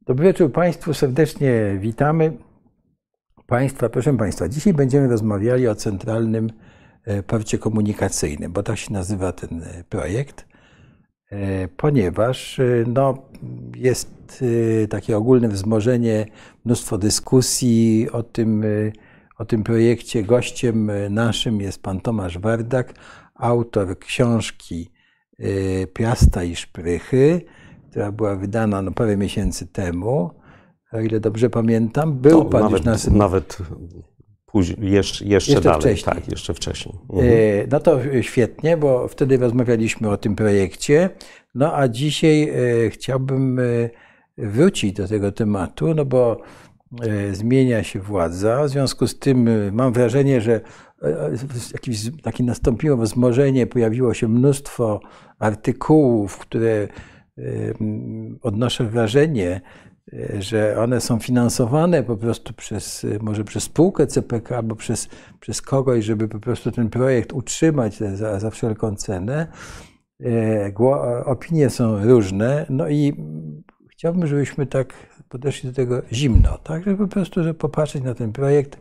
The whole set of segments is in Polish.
Dobry wieczór Państwu, serdecznie witamy Państwa. Proszę Państwa, dzisiaj będziemy rozmawiali o Centralnym Porcie Komunikacyjnym, bo tak się nazywa ten projekt, ponieważ jest takie ogólne wzmożenie, mnóstwo dyskusji o tym projekcie. Gościem naszym jest pan Tomasz Wardak, autor książki Piasta i Szprychy, która była wydana parę miesięcy temu, o ile dobrze pamiętam. Był pan nawet, już na tym. Nawet później, jeszcze dalej, wcześniej. Tak, jeszcze wcześniej. No to świetnie, bo wtedy rozmawialiśmy o tym projekcie. No a dzisiaj chciałbym wrócić do tego tematu, no bo zmienia się władza. W związku z tym mam wrażenie, że jakieś takie nastąpiło wzmożenie, pojawiło się mnóstwo artykułów, które odnoszę wrażenie, że one są finansowane po prostu może przez spółkę CPK albo przez kogoś, żeby po prostu ten projekt utrzymać za wszelką cenę. Opinie są różne, no i chciałbym, żebyśmy tak podeszli do tego zimno, tak, żeby po prostu popatrzeć na ten projekt,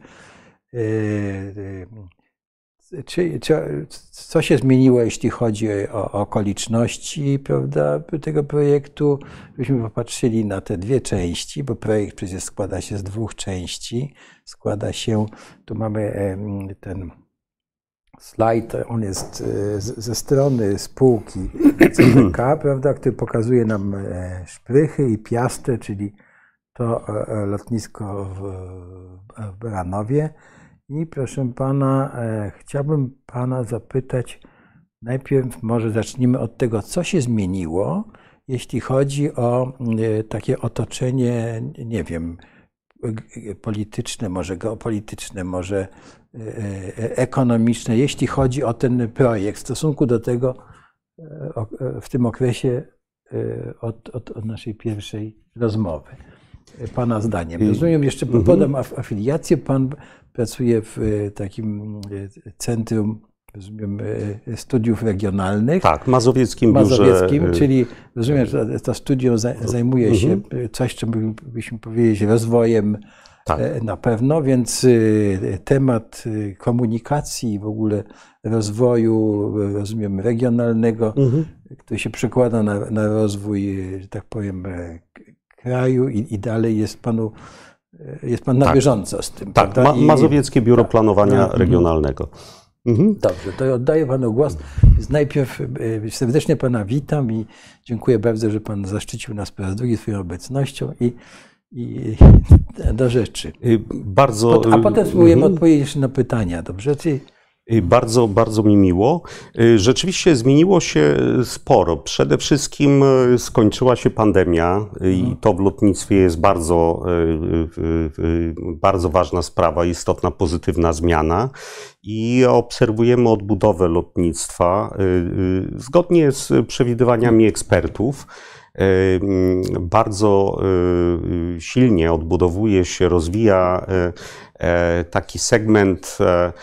co się zmieniło, jeśli chodzi o okoliczności, prawda, tego projektu, żebyśmy popatrzyli na te dwie części, bo projekt przecież składa się z dwóch części. Składa się, tu mamy ten slajd, on jest ze strony spółki CPK, prawda, który pokazuje nam Szprychy i Piastę, czyli to lotnisko w Baranowie. I proszę pana, chciałbym pana zapytać, najpierw może zacznijmy od tego, co się zmieniło, jeśli chodzi o takie otoczenie, nie wiem, polityczne, może geopolityczne, może ekonomiczne, jeśli chodzi o ten projekt w stosunku do tego w tym okresie od naszej pierwszej rozmowy. Pana zdaniem. Rozumiem, jeszcze podam afiliację. Pan pracuje w takim centrum, rozumiem, studiów regionalnych. Tak, Mazowieckim Biurze. Czyli rozumiem, że to studium zajmuje się coś, czym byśmy powiedzieli, rozwojem, tak, na pewno, więc temat komunikacji, w ogóle rozwoju, rozumiem, regionalnego, który się przekłada na rozwój, że tak powiem, kraju i dalej jest pan na bieżąco z tym. Tak, Mazowieckie Biuro Planowania Regionalnego. Dobrze, to oddaję panu głos. Więc najpierw serdecznie pana witam i dziękuję bardzo, że pan zaszczycił nas po raz drugi swoją obecnością i do rzeczy. A potem spróbujemy odpowiedzieć na pytania, dobrze? Bardzo, bardzo mi miło. Rzeczywiście zmieniło się sporo. Przede wszystkim skończyła się pandemia i to w lotnictwie jest bardzo, bardzo ważna sprawa, istotna, pozytywna zmiana. I obserwujemy odbudowę lotnictwa zgodnie z przewidywaniami ekspertów. Bardzo silnie odbudowuje się, rozwija taki segment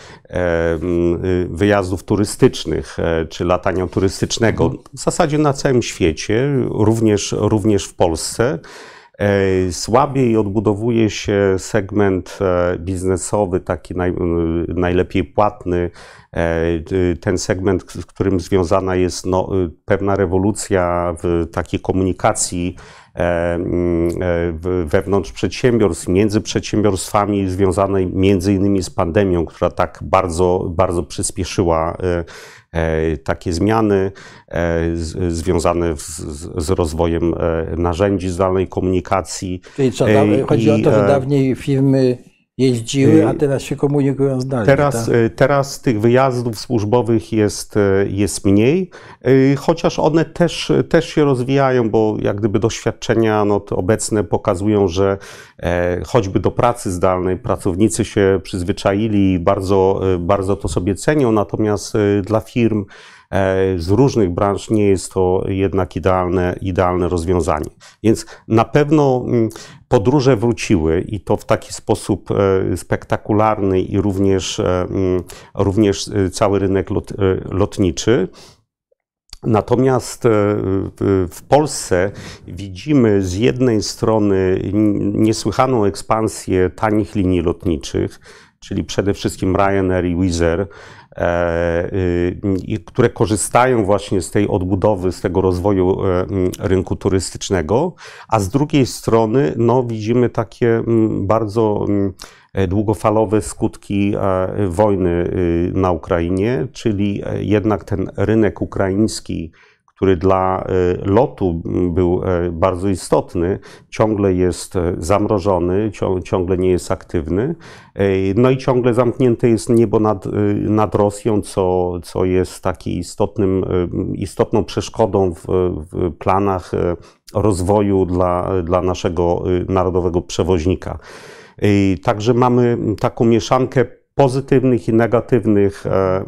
wyjazdów turystycznych, czy latania turystycznego, w zasadzie na całym świecie, również w Polsce. Słabiej odbudowuje się segment biznesowy, taki najlepiej płatny, ten segment, z którym związana jest pewna rewolucja w takiej komunikacji wewnątrz przedsiębiorstw, między przedsiębiorstwami, związanej między innymi z pandemią, która tak bardzo, bardzo przyspieszyła takie zmiany związane z rozwojem narzędzi zdalnej komunikacji. Czyli co, chodzi o to, że dawniej firmy jeździły, a teraz się komunikują zdalnie. Teraz tych wyjazdów służbowych jest mniej, chociaż one też się rozwijają, bo jak gdyby doświadczenia obecne pokazują, że choćby do pracy zdalnej pracownicy się przyzwyczaili i bardzo, bardzo to sobie cenią, natomiast dla firm z różnych branż nie jest to jednak idealne rozwiązanie. Więc na pewno podróże wróciły i to w taki sposób spektakularny i również cały rynek lotniczy. Natomiast w Polsce widzimy z jednej strony niesłychaną ekspansję tanich linii lotniczych, czyli przede wszystkim Ryanair i Wizz Air, które korzystają właśnie z tej odbudowy, z tego rozwoju rynku turystycznego, a z drugiej strony no, widzimy takie bardzo długofalowe skutki wojny na Ukrainie, czyli jednak ten rynek ukraiński, który dla lotu był bardzo istotny, ciągle jest zamrożony, ciągle nie jest aktywny. No i ciągle zamknięte jest niebo nad Rosją, co jest taki istotną przeszkodą w planach rozwoju dla naszego narodowego przewoźnika. Także mamy taką mieszankę pozytywnych i negatywnych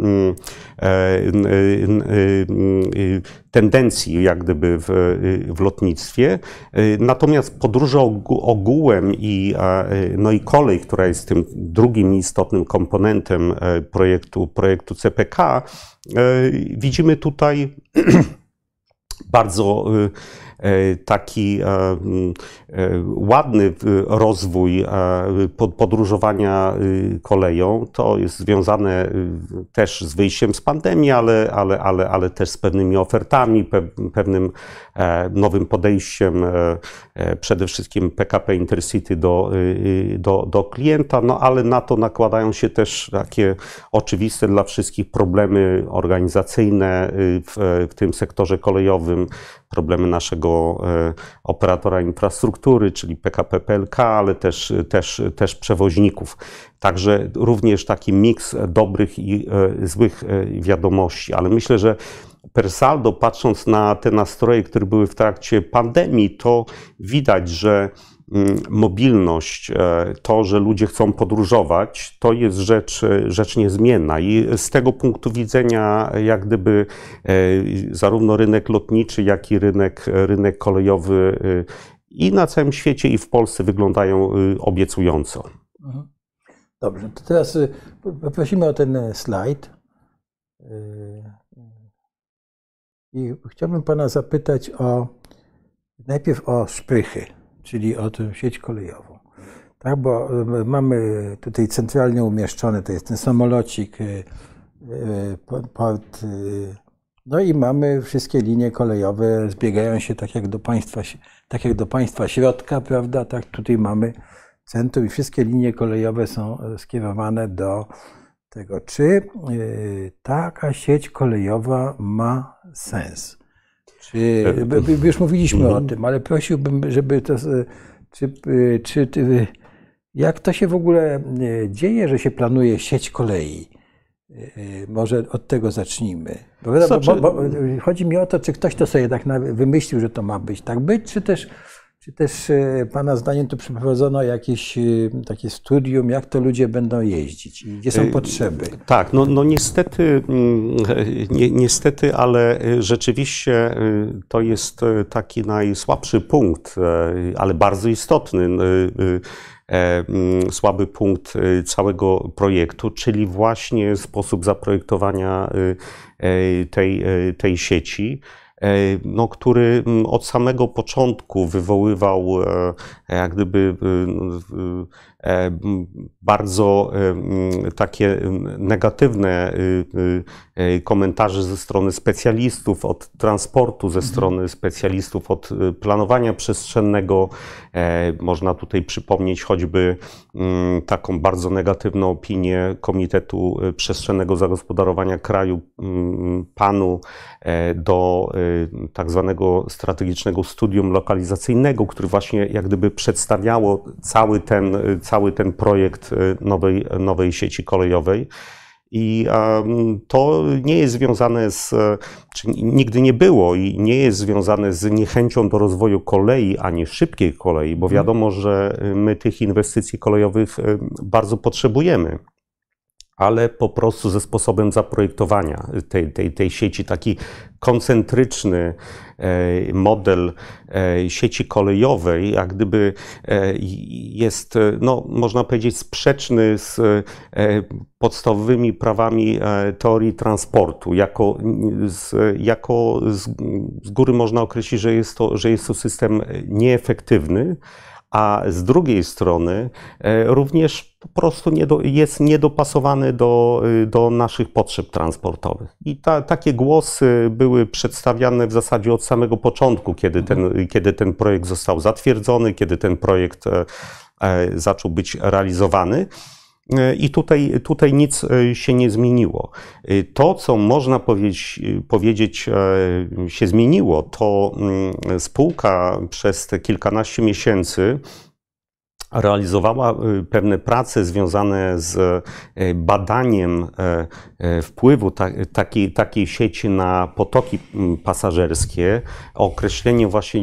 tendencji jak gdyby w lotnictwie. Natomiast podróże ogółem no i kolej, która jest tym drugim istotnym komponentem projektu CPK, widzimy tutaj bardzo taki ładny rozwój podróżowania koleją. To jest związane też z wyjściem z pandemii, ale też z pewnymi ofertami, pewnym nowym podejściem przede wszystkim PKP Intercity do klienta, no ale na to nakładają się też takie oczywiste dla wszystkich problemy organizacyjne w tym sektorze kolejowym, problemy naszego operatora infrastruktury, czyli PKP PLK, ale też przewoźników. Także również taki miks dobrych i złych wiadomości, ale myślę, że per saldo, patrząc na te nastroje, które były w trakcie pandemii, to widać, że mobilność, to, że ludzie chcą podróżować, to jest rzecz niezmienna i z tego punktu widzenia jak gdyby zarówno rynek lotniczy, jak i rynek kolejowy i na całym świecie, i w Polsce wyglądają obiecująco. Dobrze, to teraz poprosimy o ten slajd. I chciałbym pana zapytać najpierw o szprychy, czyli o tę sieć kolejową. Tak, bo mamy tutaj centralnie umieszczony, to jest ten samolocik, port, no i mamy wszystkie linie kolejowe, zbiegają się tak jak do państwa środka, prawda? Tak, tutaj mamy centrum i wszystkie linie kolejowe są skierowane do tego, czy taka sieć kolejowa ma sens. Już mówiliśmy o tym, ale prosiłbym, żeby to, jak to się w ogóle dzieje, że się planuje sieć kolei? Może od tego zacznijmy. Bo chodzi mi o to, czy ktoś to sobie tak wymyślił, że to ma tak być, czy też pana zdaniem tu przeprowadzono jakieś takie studium, jak to ludzie będą jeździć i gdzie są potrzeby? Tak, no niestety, ale rzeczywiście to jest taki najsłabszy punkt, ale bardzo istotny, słaby punkt całego projektu, czyli właśnie sposób zaprojektowania tej sieci, no, który od samego początku wywoływał jak gdyby bardzo takie negatywne komentarze ze strony specjalistów od transportu, ze strony specjalistów od planowania przestrzennego. Można tutaj przypomnieć choćby taką bardzo negatywną opinię Komitetu Przestrzennego Zagospodarowania Kraju, PAN-u, do tak zwanego strategicznego studium lokalizacyjnego, który właśnie jak gdyby przedstawiało cały ten projekt nowej sieci kolejowej. I to nie jest związane czy nigdy nie było i nie jest związane z niechęcią do rozwoju kolei, ani szybkiej kolei, bo wiadomo, że my tych inwestycji kolejowych bardzo potrzebujemy. ale po prostu ze sposobem zaprojektowania tej sieci. Taki koncentryczny model sieci kolejowej, jak gdyby jest, no, można powiedzieć, sprzeczny z podstawowymi prawami teorii transportu. Z góry można określić, że jest to system nieefektywny, a z drugiej strony również po prostu jest niedopasowany do naszych potrzeb transportowych. I takie głosy były przedstawiane w zasadzie od samego początku, kiedy ten projekt został zatwierdzony, kiedy ten projekt zaczął być realizowany. I tutaj nic się nie zmieniło. To, co można powiedzieć się zmieniło, to spółka przez te kilkanaście miesięcy realizowała pewne prace związane z badaniem wpływu takiej sieci na potoki pasażerskie, określenie właśnie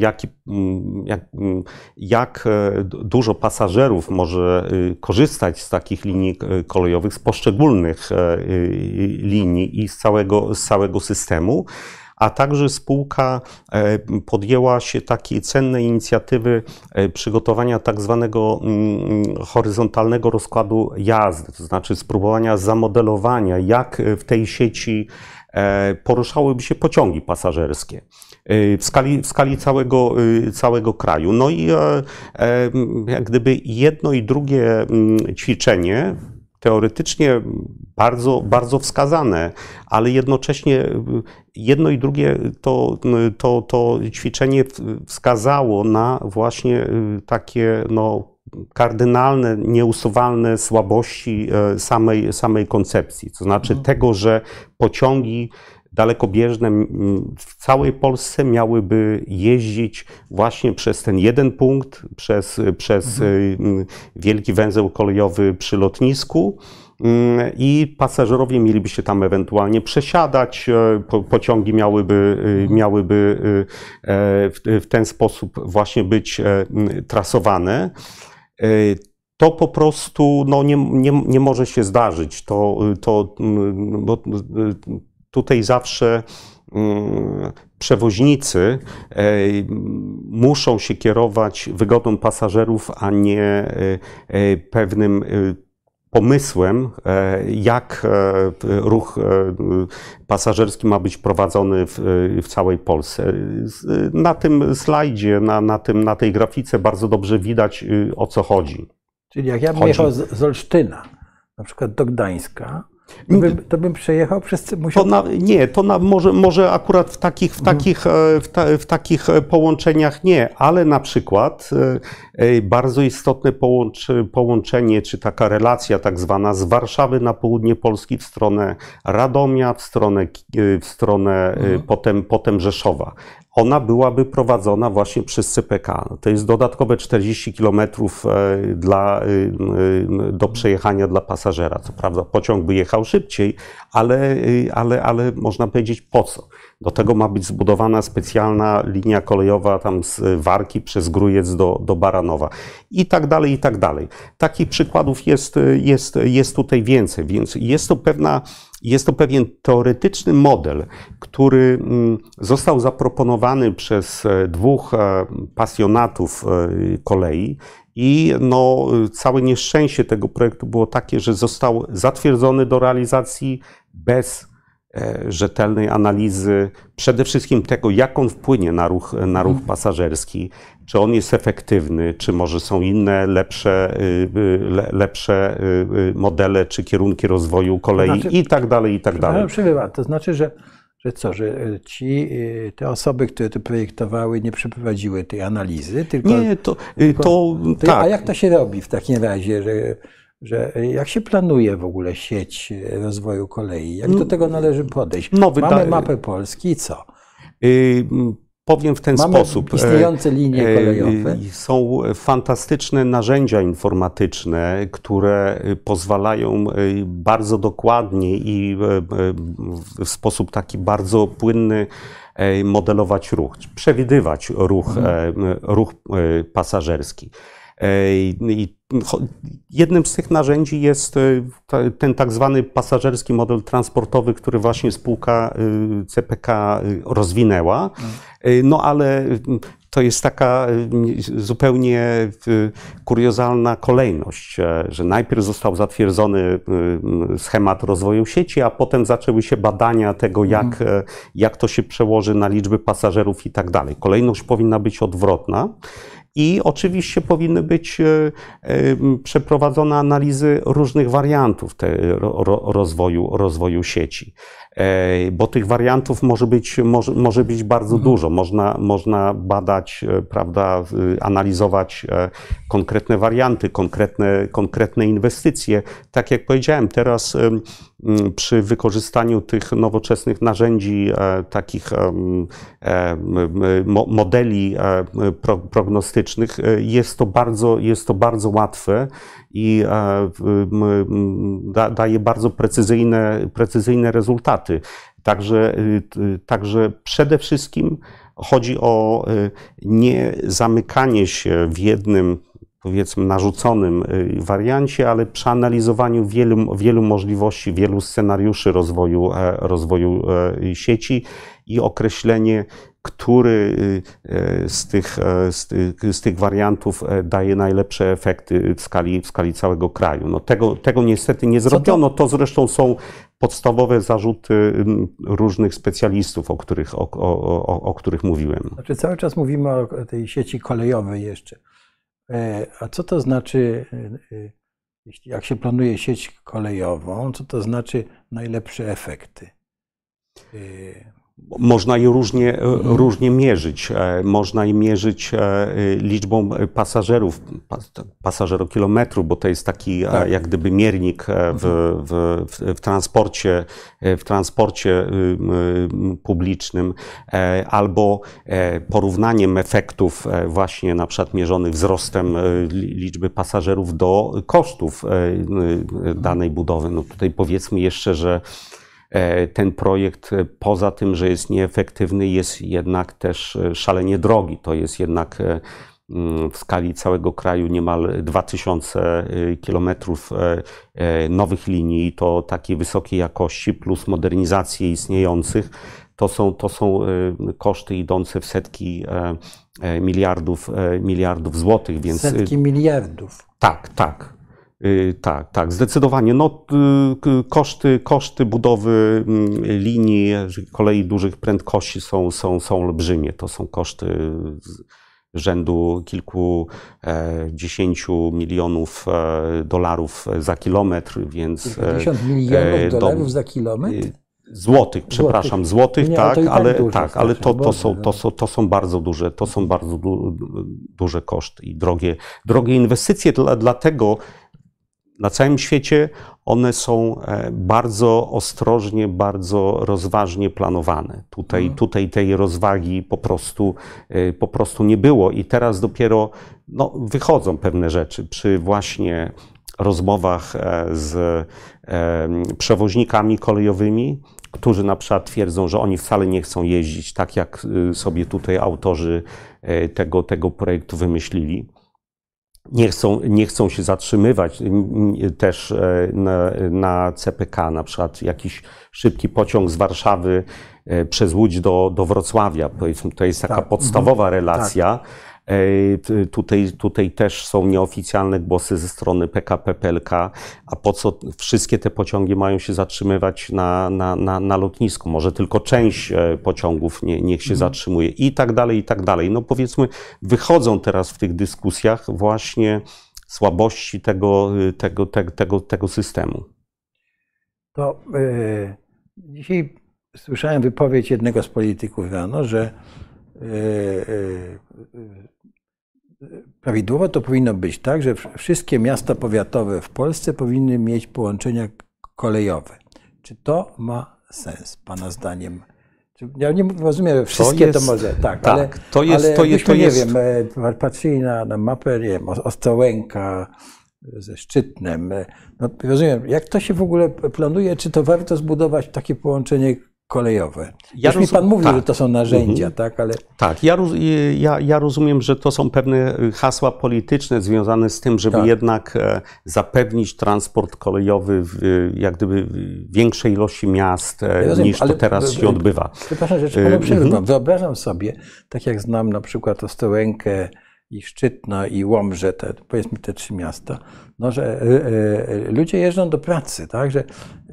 jak dużo pasażerów może korzystać z takich linii kolejowych, z poszczególnych linii i z całego systemu. A także spółka podjęła się takiej cennej inicjatywy przygotowania tak zwanego horyzontalnego rozkładu jazdy, to znaczy spróbowania zamodelowania, jak w tej sieci poruszałyby się pociągi pasażerskie w skali całego kraju. No i jak gdyby jedno i drugie ćwiczenie, teoretycznie bardzo wskazane, ale jednocześnie jedno i drugie to ćwiczenie wskazało na właśnie takie kardynalne, nieusuwalne słabości samej koncepcji. To znaczy tego, że pociągi dalekobieżne w całej Polsce miałyby jeździć właśnie przez ten jeden punkt, przez wielki węzeł kolejowy przy lotnisku i pasażerowie mieliby się tam ewentualnie przesiadać, pociągi miałyby w ten sposób właśnie być trasowane. To po prostu nie może się zdarzyć. Bo tutaj zawsze przewoźnicy muszą się kierować wygodą pasażerów, a nie pewnym pomysłem, jak ruch pasażerski ma być prowadzony w całej Polsce. Na tym slajdzie, na tej grafice bardzo dobrze widać, o co chodzi. Czyli jak ja bym jechał z Olsztyna, na przykład do Gdańska, to bym przejechał przez... Może akurat w takich połączeniach nie, ale na przykład bardzo istotne połączenie, czy taka relacja tak zwana z Warszawy na południe Polski w stronę Radomia, w stronę potem Rzeszowa. Ona byłaby prowadzona właśnie przez CPK. To jest dodatkowe 40 km do przejechania dla pasażera. Co prawda pociąg by jechał szybciej, ale można powiedzieć po co. Do tego ma być zbudowana specjalna linia kolejowa tam z Warki przez Grójec do Baranowa i tak dalej, i tak dalej. Takich przykładów jest tutaj więcej, więc jest to pewien teoretyczny model, który został zaproponowany przez dwóch pasjonatów kolei i całe nieszczęście tego projektu było takie, że został zatwierdzony do realizacji bez rzetelnej analizy przede wszystkim tego, jak on wpłynie na ruch pasażerski, czy on jest efektywny, czy może są inne, lepsze modele, czy kierunki rozwoju kolei i tak dalej, i tak dalej. To znaczy, że te osoby, które to projektowały, nie przeprowadziły tej analizy, tylko... Nie, tak. A jak to się robi w takim razie, że jak się planuje w ogóle sieć rozwoju kolei? Jak do tego należy podejść? Mamy mapę Polski i co? Powiem w ten sposób. Mamy istniejące linie kolejowe. Są fantastyczne narzędzia informatyczne, które pozwalają bardzo dokładnie i w sposób taki bardzo płynny modelować ruch, przewidywać ruch pasażerski. I jednym z tych narzędzi jest ten tak zwany pasażerski model transportowy, który właśnie spółka CPK rozwinęła. No ale to jest taka zupełnie kuriozalna kolejność, że najpierw został zatwierdzony schemat rozwoju sieci, a potem zaczęły się badania tego, jak to się przełoży na liczby pasażerów i tak dalej. Kolejność powinna być odwrotna. I oczywiście powinny być przeprowadzone analizy różnych wariantów rozwoju sieci, bo tych wariantów może być bardzo dużo. Można badać, prawda, analizować konkretne warianty, konkretne inwestycje. Tak jak powiedziałem, teraz przy wykorzystaniu tych nowoczesnych narzędzi, takich modeli prognostycznych, jest to bardzo łatwe i daje bardzo precyzyjne rezultaty. Także przede wszystkim chodzi o nie zamykanie się w jednym, powiedzmy, narzuconym wariancie, ale przeanalizowaniu wielu możliwości, wielu scenariuszy rozwoju sieci i określenie, który z tych wariantów daje najlepsze efekty w skali całego kraju. No tego niestety nie zrobiono. To zresztą są podstawowe zarzuty różnych specjalistów, o których mówiłem. Znaczy, cały czas mówimy o tej sieci kolejowej jeszcze. A co to znaczy, jak się planuje sieć kolejową, co to znaczy najlepsze efekty? Można je różnie mierzyć. Można je mierzyć liczbą pasażerokilometrów, bo to jest taki jak gdyby miernik w transporcie publicznym, albo porównaniem efektów właśnie na przykład mierzonych wzrostem liczby pasażerów do kosztów danej budowy. No tutaj powiedzmy jeszcze, że ten projekt, poza tym, że jest nieefektywny, jest jednak też szalenie drogi. To jest jednak w skali całego kraju niemal 2000 kilometrów nowych linii, to takiej wysokiej jakości, plus modernizacje istniejących. To są koszty idące w setki miliardów złotych. Więc setki miliardów. Tak, zdecydowanie. No, koszty budowy linii kolei dużych prędkości są olbrzymie. To są koszty rzędu kilkudziesięciu milionów dolarów za kilometr, więc... Kilkadziesiąt milionów dolarów za kilometr? Złotych, przepraszam, złotych, nie, tak, ale to są bardzo duże koszty i drogie inwestycje, dlatego na całym świecie one są bardzo ostrożnie, bardzo rozważnie planowane. Tutaj tej rozwagi po prostu nie było i teraz dopiero wychodzą pewne rzeczy przy właśnie rozmowach z przewoźnikami kolejowymi, którzy na przykład twierdzą, że oni wcale nie chcą jeździć tak, jak sobie tutaj autorzy tego projektu wymyślili. Nie chcą się zatrzymywać też na CPK, na przykład jakiś szybki pociąg z Warszawy przez Łódź do Wrocławia. Powiedzmy, to jest taka podstawowa relacja. Tutaj też są nieoficjalne głosy ze strony PKP PLK, a po co wszystkie te pociągi mają się zatrzymywać na lotnisku? Może tylko część pociągów niech się zatrzymuje i tak dalej, i tak dalej. No powiedzmy, wychodzą teraz w tych dyskusjach właśnie słabości tego systemu. To dzisiaj słyszałem wypowiedź jednego z polityków rano, że prawidłowo to powinno być tak, że wszystkie miasta powiatowe w Polsce powinny mieć połączenia kolejowe. Czy to ma sens, Pana zdaniem? Ja nie rozumiem, że wszystkie to może, tak, ale nie wiem, patrzyli na mapę, nie wiem, Ostrołęka ze Szczytnem. No, rozumiem, jak to się w ogóle planuje, czy to warto zbudować takie połączenie kolejowe. Już mi pan mówił, tak. że to są narzędzia, tak, ale... Tak, ja rozumiem, że to są pewne hasła polityczne związane z tym, żeby Tak. jednak zapewnić transport kolejowy w jak gdyby większej ilości miast, rozumiem, niż to ale teraz się odbywa. Przepraszam, że panu przerywam. Wyobrażam sobie, tak jak znam na przykład Ostrołękę i Szczytno i Łomżę, powiedzmy te 3 miasta, no, że ludzie jeżdżą do pracy, tak, że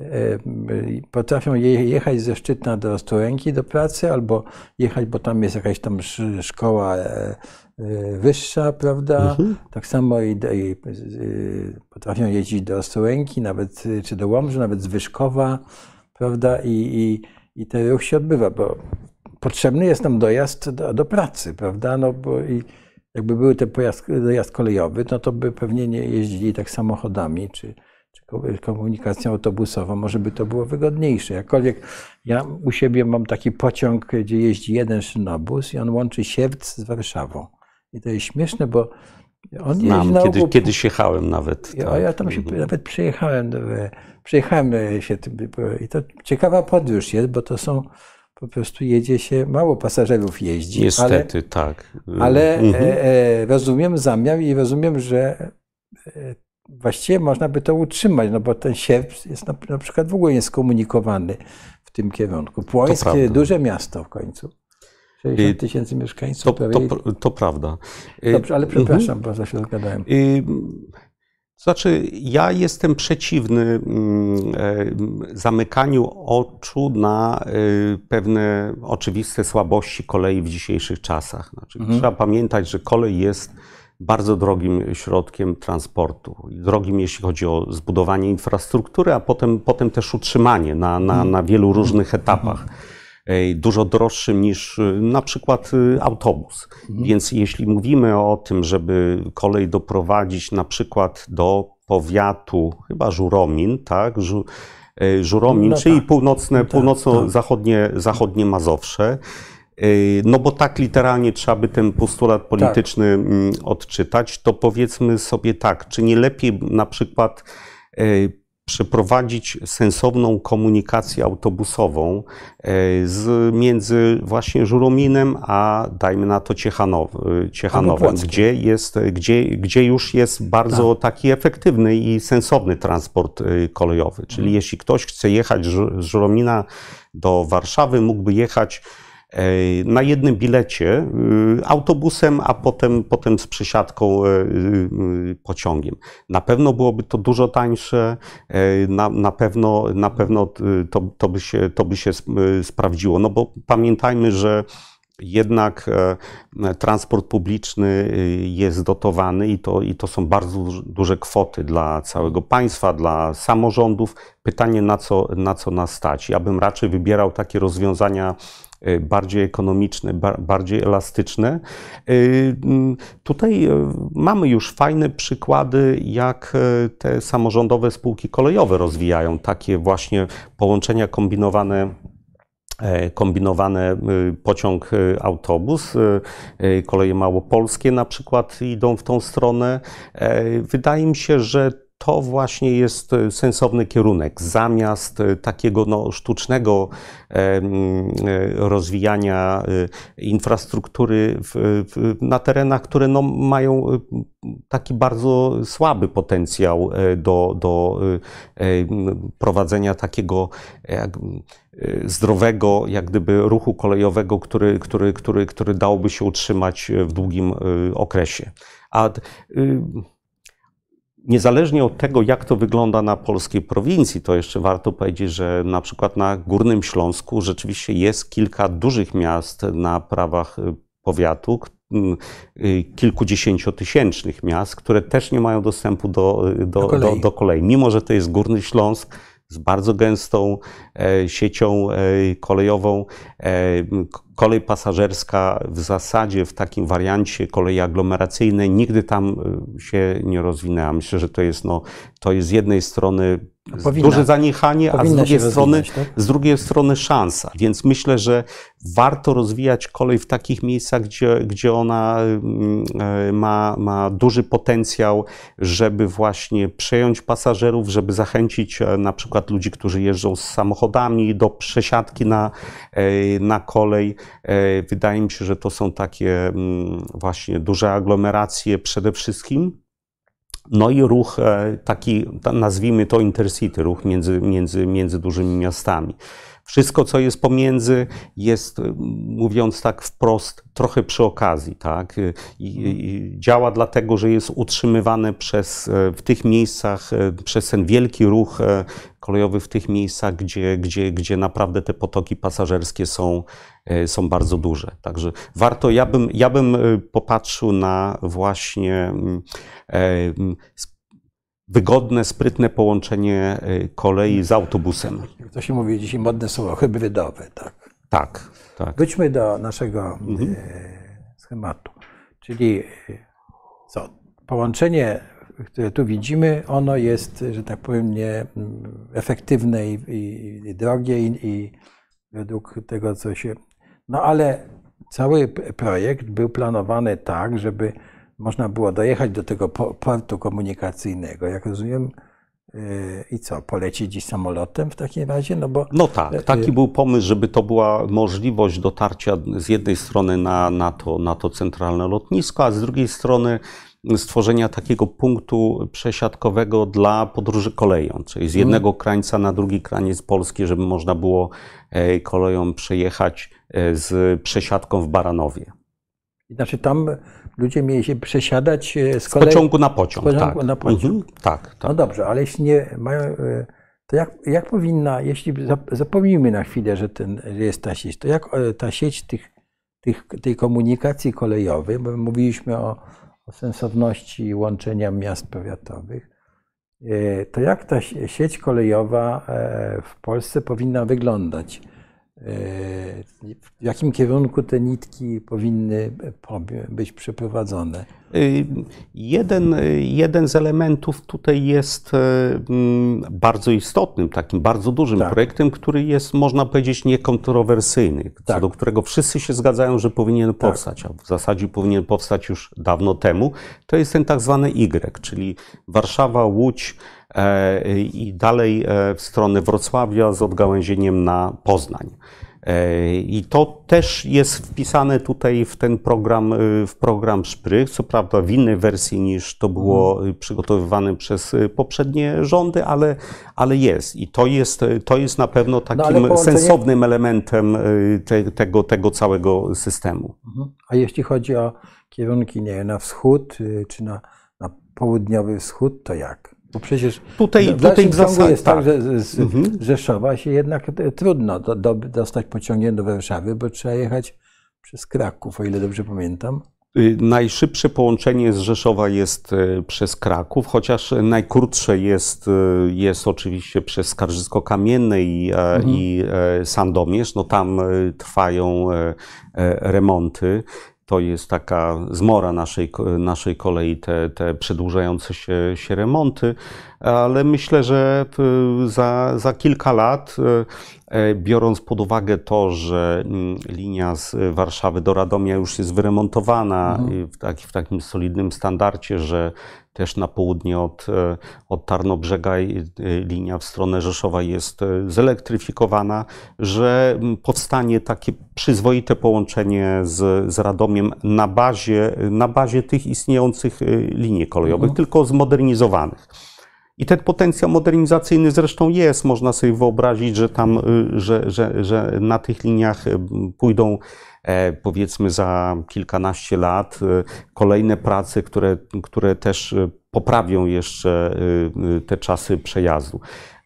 potrafią jechać ze Szczytna do Ostrołęki do pracy, albo jechać, bo tam jest jakaś tam szkoła wyższa, prawda? Tak samo i potrafią jeździć do Ostrołęki, nawet czy do Łomży, nawet z Wyszkowa, prawda? I ten ruch się odbywa, bo potrzebny jest nam dojazd do pracy, prawda? No bo jakby był ten dojazd kolejowy, no to by pewnie nie jeździli tak samochodami, czy komunikacją autobusową, może by to było wygodniejsze. Jakkolwiek ja u siebie mam taki pociąg, gdzie jeździ jeden szynobus i on łączy Sierpc z Warszawą. I to jest śmieszne, bo on jeździ na ogół... Kiedyś jechałem nawet. Ja tam się nawet przejechałem się, i to ciekawa podróż jest, bo to są po prostu jedzie się, mało pasażerów jeździ. Niestety, tak. Ale rozumiem zamiar i rozumiem, że właściwie można by to utrzymać, no bo ten Sierpc jest na przykład w ogóle nieskomunikowany w tym kierunku. Płońsk, duże miasto w końcu. 60 000 mieszkańców. To prawda. Dobrze, ale przepraszam, bo się zgadałem. Znaczy, ja jestem przeciwny zamykaniu oczu na pewne oczywiste słabości kolei w dzisiejszych czasach. Znaczy, trzeba pamiętać, że kolej jest bardzo drogim środkiem transportu. Drogim, jeśli chodzi o zbudowanie infrastruktury, a potem też utrzymanie na wielu różnych etapach. Dużo droższym niż na przykład autobus. Więc jeśli mówimy o tym, żeby kolej doprowadzić na przykład do powiatu, chyba Żuromin, tak? Żuromin, czyli północno-zachodnie Mazowsze, no bo tak literalnie trzeba by ten postulat polityczny odczytać, to powiedzmy sobie tak, czy nie lepiej na przykład przeprowadzić sensowną komunikację autobusową między właśnie Żurominem a dajmy na to Ciechanowem, gdzie już jest bardzo taki efektywny i sensowny transport kolejowy. Czyli jeśli ktoś chce jechać z Żuromina do Warszawy, mógłby jechać na jednym bilecie autobusem, a potem z przesiadką pociągiem. Na pewno byłoby to dużo tańsze, na pewno to by się sprawdziło, no bo pamiętajmy, że jednak transport publiczny jest dotowany i to są bardzo duże kwoty dla całego państwa, dla samorządów. Pytanie, na co nas stać. Ja bym raczej wybierał takie rozwiązania bardziej ekonomiczne, bardziej elastyczne. Tutaj mamy już fajne przykłady, jak te samorządowe spółki kolejowe rozwijają takie właśnie połączenia kombinowane pociąg-autobus. Koleje małopolskie na przykład idą w tą stronę. Wydaje mi się, że to właśnie jest sensowny kierunek. Zamiast takiego sztucznego rozwijania infrastruktury na terenach, które mają taki bardzo słaby potencjał do prowadzenia takiego zdrowego jak gdyby ruchu kolejowego, który dałoby się utrzymać w długim okresie. Niezależnie od tego, jak to wygląda na polskiej prowincji, to jeszcze warto powiedzieć, że na przykład na Górnym Śląsku rzeczywiście jest kilka dużych miast na prawach powiatu, kilkudziesięciotysięcznych miast, które też nie mają dostępu do kolei. Mimo że to jest Górny Śląsk z bardzo gęstą siecią kolejową, kolej pasażerska w zasadzie w takim wariancie kolei aglomeracyjnej nigdy tam się nie rozwinęła. Myślę, że to jest z jednej strony duże zaniechanie, a z drugiej strony szansa. Więc myślę, że warto rozwijać kolej w takich miejscach, gdzie ona ma duży potencjał, żeby właśnie przejąć pasażerów, żeby zachęcić na przykład ludzi, którzy jeżdżą z samochodami do przesiadki na kolej. Wydaje mi się, że to są takie właśnie duże aglomeracje przede wszystkim. No i ruch taki, nazwijmy to intercity, ruch między dużymi miastami. Wszystko, co jest pomiędzy, jest, mówiąc tak wprost, trochę przy okazji, tak? I działa dlatego, że jest utrzymywane w tych miejscach, przez ten wielki ruch kolejowy w tych miejscach, gdzie naprawdę te potoki pasażerskie są bardzo duże. Także warto, ja bym popatrzył na właśnie wygodne, sprytne połączenie kolei z autobusem. To się mówi dzisiaj modne słowo, hybrydowe, tak? Tak, tak. Wróćmy do naszego schematu. Czyli co? Połączenie, które tu widzimy, ono jest, że tak powiem, efektywne i drogie i według tego, co się... No ale cały projekt był planowany tak, żeby można było dojechać do tego portu komunikacyjnego, jak rozumiem, i co, polecieć gdzieś samolotem w takim razie? No tak, taki był pomysł, żeby to była możliwość dotarcia z jednej strony na to centralne lotnisko, a z drugiej strony stworzenia takiego punktu przesiadkowego dla podróży koleją, czyli z jednego krańca na drugi kraniec Polski, żeby można było koleją przejechać z przesiadką w Baranowie. Znaczy tam ludzie mieli się przesiadać z pociągu na pociąg. Na pociąg. Tak. No dobrze, ale jeśli nie mają, to jak powinna, jeśli zapomnijmy na chwilę, że jest ta sieć, to jak ta sieć tej komunikacji kolejowej, bo mówiliśmy o sensowności łączenia miast powiatowych, to jak ta sieć kolejowa w Polsce powinna wyglądać? W jakim kierunku te nitki powinny być przeprowadzone? Jeden z elementów tutaj jest bardzo istotnym, takim bardzo dużym projektem, który jest, można powiedzieć, niekontrowersyjny, co do którego wszyscy się zgadzają, że powinien powstać, a w zasadzie powinien powstać już dawno temu. To jest ten tak zwany Y, czyli Warszawa, Łódź i dalej w stronę Wrocławia z odgałęzieniem na Poznań. I to też jest wpisane tutaj w ten program, w program Szprych, co prawda w innej wersji niż to było przygotowywane przez poprzednie rządy, ale jest. I to jest na pewno takim sensownym elementem tego całego systemu. A jeśli chodzi o kierunki, nie wiem, na wschód czy na południowy wschód, to jak? Bo przecież tutaj w zasadzie jest tak, że z Rzeszowa się jednak trudno dostać pociągiem do Warszawy, bo trzeba jechać przez Kraków, o ile dobrze pamiętam. Najszybsze połączenie z Rzeszowa jest przez Kraków, chociaż najkrótsze jest oczywiście przez Skarżysko-Kamienne i Sandomierz. No tam trwają remonty. To jest taka zmora naszej kolei, te przedłużające się remonty, ale myślę, że za kilka lat, biorąc pod uwagę to, że linia z Warszawy do Radomia już jest wyremontowana w takim solidnym standardzie, że też na południe od Tarnobrzega linia w stronę Rzeszowa jest zelektryfikowana, że powstanie takie przyzwoite połączenie z Radomiem na bazie tych istniejących linii kolejowych, tylko zmodernizowanych. I ten potencjał modernizacyjny zresztą jest. Można sobie wyobrazić, że tam, że na tych liniach pójdą powiedzmy za kilkanaście lat kolejne prace, które też poprawią jeszcze te czasy przejazdu.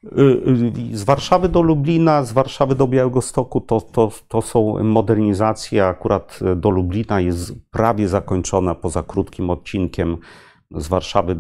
Z Warszawy do Lublina, z Warszawy do Białegostoku to są modernizacje. Akurat do Lublina jest prawie zakończona poza krótkim odcinkiem z Warszawy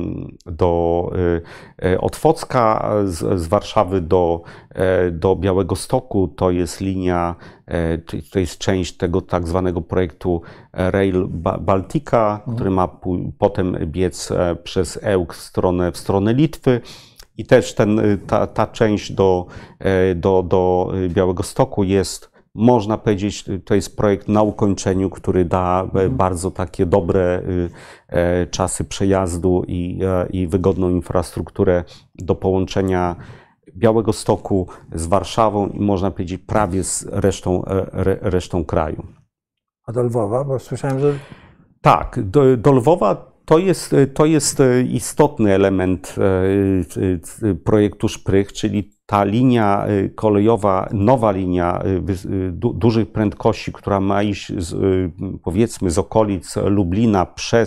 do Otwocka, z Warszawy do Białegostoku. To jest linia, to jest część tego tak zwanego projektu Rail Baltica, który ma potem biec przez Ełk w stronę Litwy. i też ta część do Białegostoku jest, można powiedzieć, to jest projekt na ukończeniu, który da bardzo takie dobre czasy przejazdu i wygodną infrastrukturę do połączenia Białegostoku z Warszawą i można powiedzieć prawie z resztą kraju. A do Lwowa? Bo słyszałem, że... Tak, do Lwowa to jest istotny element projektu Szprych, czyli ta linia kolejowa, nowa linia dużych prędkości, która ma iść powiedzmy z okolic Lublina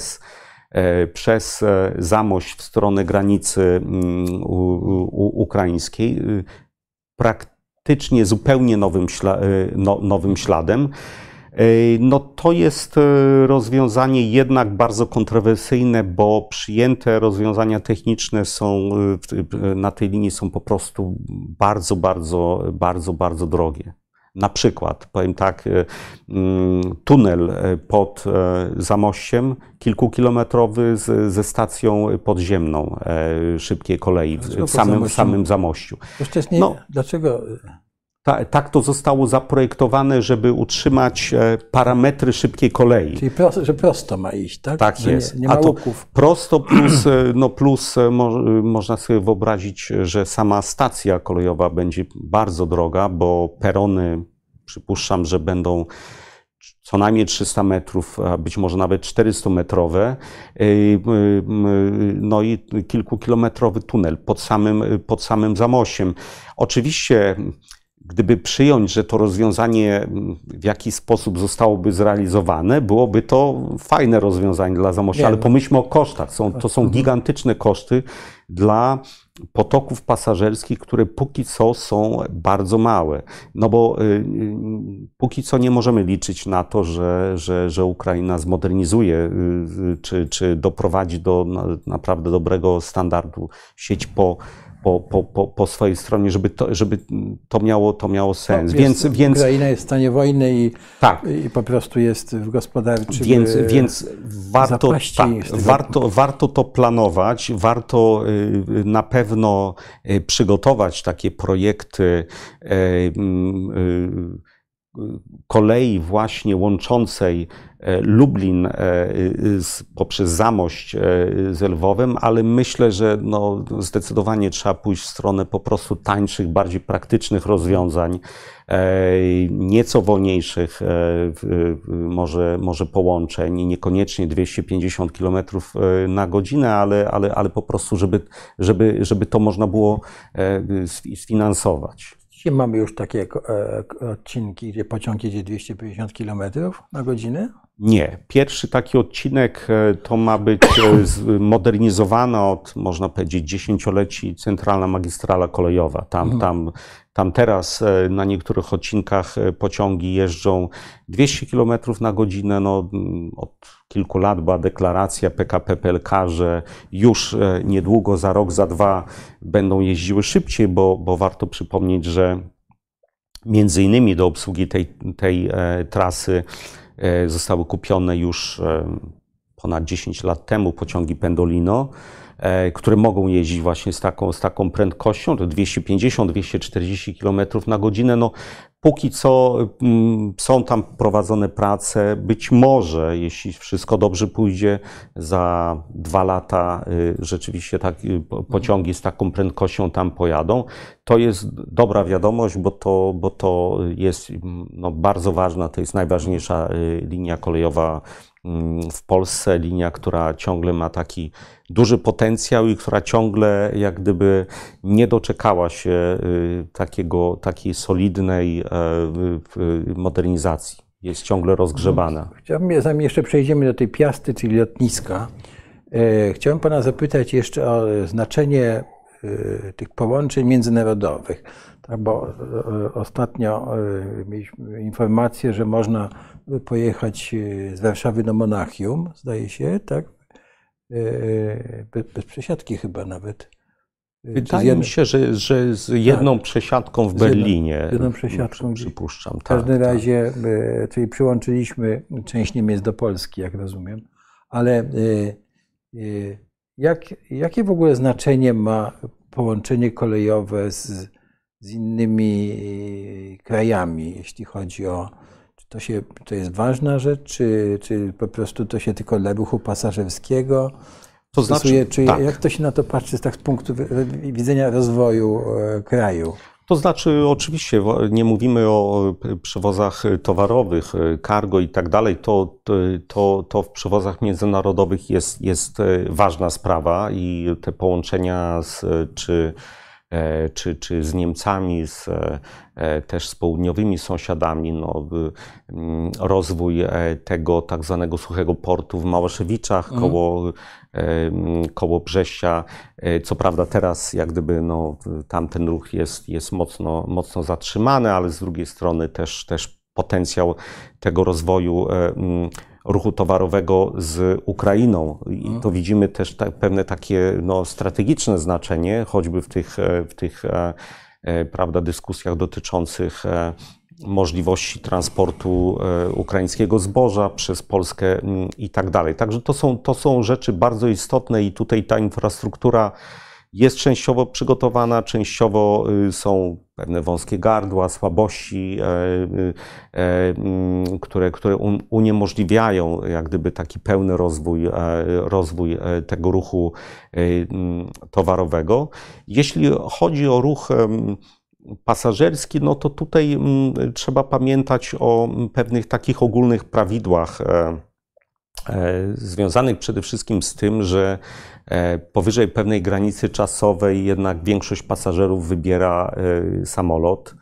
przez Zamość w stronę granicy ukraińskiej, praktycznie zupełnie nowym śladem. No to jest rozwiązanie jednak bardzo kontrowersyjne, bo przyjęte rozwiązania techniczne na tej linii są po prostu bardzo drogie. Na przykład, powiem tak, tunel pod Zamościem, kilkukilometrowy ze stacją podziemną szybkiej kolei w samym Zamościu. Dlaczego? Tak to zostało zaprojektowane, żeby utrzymać parametry szybkiej kolei. Czyli że prosto ma iść, tak? Tak jest. Nie ma łuków. Prosto plus można sobie wyobrazić, że sama stacja kolejowa będzie bardzo droga, bo perony przypuszczam, że będą co najmniej 300 metrów, a być może nawet 400 metrowe, no i kilkukilometrowy tunel pod samym Zamościem. Oczywiście, gdyby przyjąć, że to rozwiązanie w jakiś sposób zostałoby zrealizowane, byłoby to fajne rozwiązanie dla Zamościa, ale pomyślmy o kosztach. To są gigantyczne koszty dla potoków pasażerskich, które póki co są bardzo małe. No bo póki co nie możemy liczyć na to, że Ukraina zmodernizuje czy doprowadzi do naprawdę dobrego standardu sieć po swojej stronie, żeby to miało sens. Więc Ukraina jest w stanie wojny i po prostu jest w gospodarczym Więc warto to planować, warto na pewno przygotować takie projekty kolei właśnie łączącej Lublin poprzez Zamość z Lwowem, ale myślę, że zdecydowanie trzeba pójść w stronę po prostu tańszych, bardziej praktycznych rozwiązań, nieco wolniejszych może połączeń, niekoniecznie 250 km na godzinę, ale po prostu, żeby to można było sfinansować. Dzisiaj mamy już takie odcinki, gdzie pociąg jedzie 250 km na godzinę? Nie. Pierwszy taki odcinek to ma być zmodernizowana od, można powiedzieć, dziesięcioleci centralna magistrala kolejowa. Tam teraz na niektórych odcinkach pociągi jeżdżą 200 km na godzinę. Od kilku lat była deklaracja PKP PLK, że już niedługo, za rok, za dwa będą jeździły szybciej, bo warto przypomnieć, że między innymi do obsługi tej trasy zostały kupione już ponad 10 lat temu pociągi Pendolino, które mogą jeździć właśnie z taką prędkością, to 250-240 km na godzinę. Póki co są tam prowadzone prace. Być może, jeśli wszystko dobrze pójdzie, za 2 lata rzeczywiście pociągi z taką prędkością tam pojadą. To jest dobra wiadomość, bo to jest bardzo ważna, to jest najważniejsza linia kolejowa w Polsce, linia, która ciągle ma taki duży potencjał i która ciągle jak gdyby nie doczekała się takiej solidnej modernizacji. Jest ciągle rozgrzebana. Chciałbym, zanim jeszcze przejdziemy do tej Piasty, czyli lotniska, chciałem pana zapytać jeszcze o znaczenie tych połączeń międzynarodowych. Tak, bo ostatnio mieliśmy informację, że można pojechać z Warszawy do Monachium, zdaje się, tak? Bez przesiadki chyba nawet. Wydaje mi się, że z jedną przesiadką w Berlinie. Z jedną przesiadką, przypuszczam. W każdym razie, czyli przyłączyliśmy część Niemiec do Polski, jak rozumiem. Ale jakie w ogóle znaczenie ma połączenie kolejowe z innymi krajami, jeśli chodzi o... Czy to jest ważna rzecz, czy po prostu to się tylko dla ruchu pasażerskiego To znaczy, czy tak. jak to się na to patrzy z punktu widzenia rozwoju kraju? To znaczy, oczywiście nie mówimy o przewozach towarowych, cargo i tak dalej. To w przewozach międzynarodowych jest ważna sprawa i te połączenia czy z Niemcami, też z południowymi sąsiadami, no, rozwój tego tak zwanego suchego portu w Małaszewiczach koło Brześcia. Co prawda teraz jak gdyby no, tamten ruch jest mocno zatrzymany, ale z drugiej strony też potencjał tego rozwoju ruchu towarowego z Ukrainą. I to widzimy też pewne takie no, strategiczne znaczenie, choćby w tych prawda, dyskusjach dotyczących możliwości transportu ukraińskiego zboża przez Polskę i tak dalej. Także to są rzeczy bardzo istotne i tutaj ta infrastruktura jest częściowo przygotowana, częściowo są pewne wąskie gardła, słabości, które uniemożliwiają jak gdyby taki pełny rozwój tego ruchu towarowego. Jeśli chodzi o ruch pasażerski, no to tutaj trzeba pamiętać o pewnych takich ogólnych prawidłach związanych przede wszystkim z tym, że powyżej pewnej granicy czasowej jednak większość pasażerów wybiera samolot,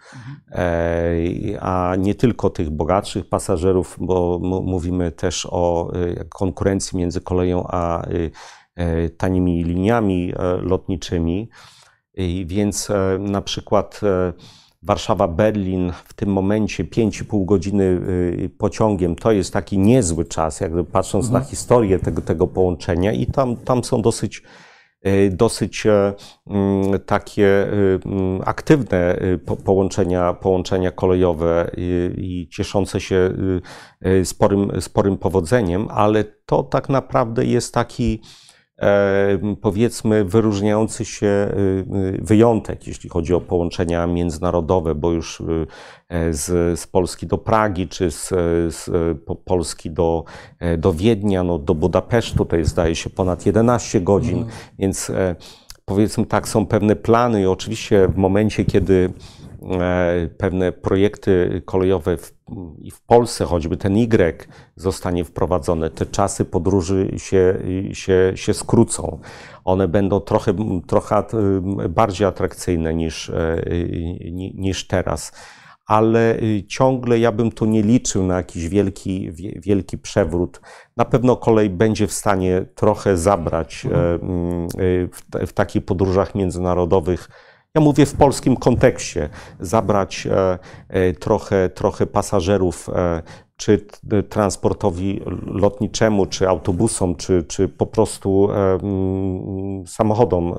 a nie tylko tych bogatszych pasażerów, bo mówimy też o konkurencji między koleją a tanimi liniami lotniczymi. Więc na przykład Warszawa-Berlin w tym momencie 5,5 godziny pociągiem to jest taki niezły czas, jakby patrząc na historię tego połączenia i tam są dosyć takie aktywne połączenia kolejowe i cieszące się sporym powodzeniem, ale to tak naprawdę jest taki powiedzmy wyróżniający się wyjątek, jeśli chodzi o połączenia międzynarodowe, bo już z Polski do Pragi, czy z Polski do Wiednia, no, do Budapesztu to jest, zdaje się, ponad 11 godzin, więc powiedzmy tak, są pewne plany i oczywiście w momencie, kiedy pewne projekty kolejowe i w Polsce, choćby ten Y zostanie wprowadzone, te czasy podróży się skrócą. One będą trochę bardziej atrakcyjne niż teraz. Ale ciągle ja bym tu nie liczył na jakiś wielki przewrót. Na pewno kolej będzie w stanie trochę zabrać w takich podróżach międzynarodowych. Ja mówię w polskim kontekście, zabrać trochę pasażerów, czy transportowi lotniczemu, czy autobusom, czy po prostu samochodom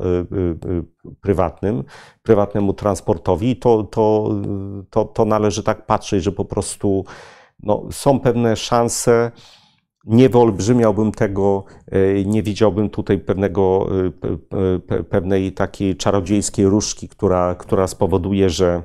prywatnemu transportowi. To należy tak patrzeć, że po prostu no, są pewne szanse. Nie wyolbrzymiałbym tego, nie widziałbym tutaj pewnej takiej czarodziejskiej różdżki, która spowoduje, że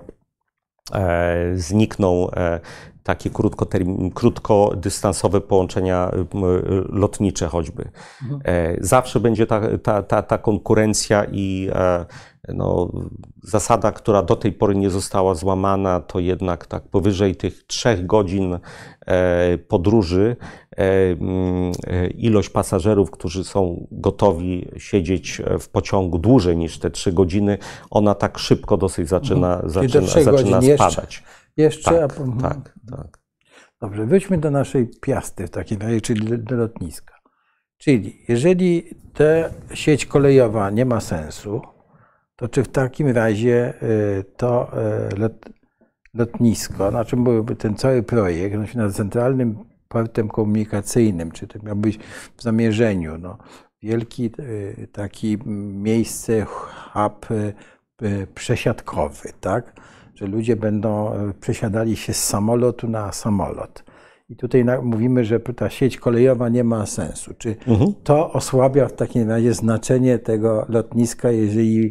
znikną takie krótkodystansowe połączenia lotnicze choćby. Zawsze będzie ta konkurencja i no, zasada, która do tej pory nie została złamana, to jednak tak powyżej tych 3 godzin podróży ilość pasażerów, którzy są gotowi siedzieć w pociągu dłużej niż te 3 godziny, ona tak szybko dosyć zaczyna spadać. Jeszcze? Tak. Dobrze, wróćmy do naszej Piasty w takim razie, czyli do lotniska. Czyli jeżeli ta sieć kolejowa nie ma sensu, to czy w takim razie to lotnisko, na czym byłby ten cały projekt, no, nad centralnym portem komunikacyjnym, czy to miał być w zamierzeniu, no, wielki taki miejsce, hub przesiadkowy, tak? Że ludzie będą przesiadali się z samolotu na samolot. I tutaj mówimy, że ta sieć kolejowa nie ma sensu. Czy to osłabia w takim razie znaczenie tego lotniska, jeżeli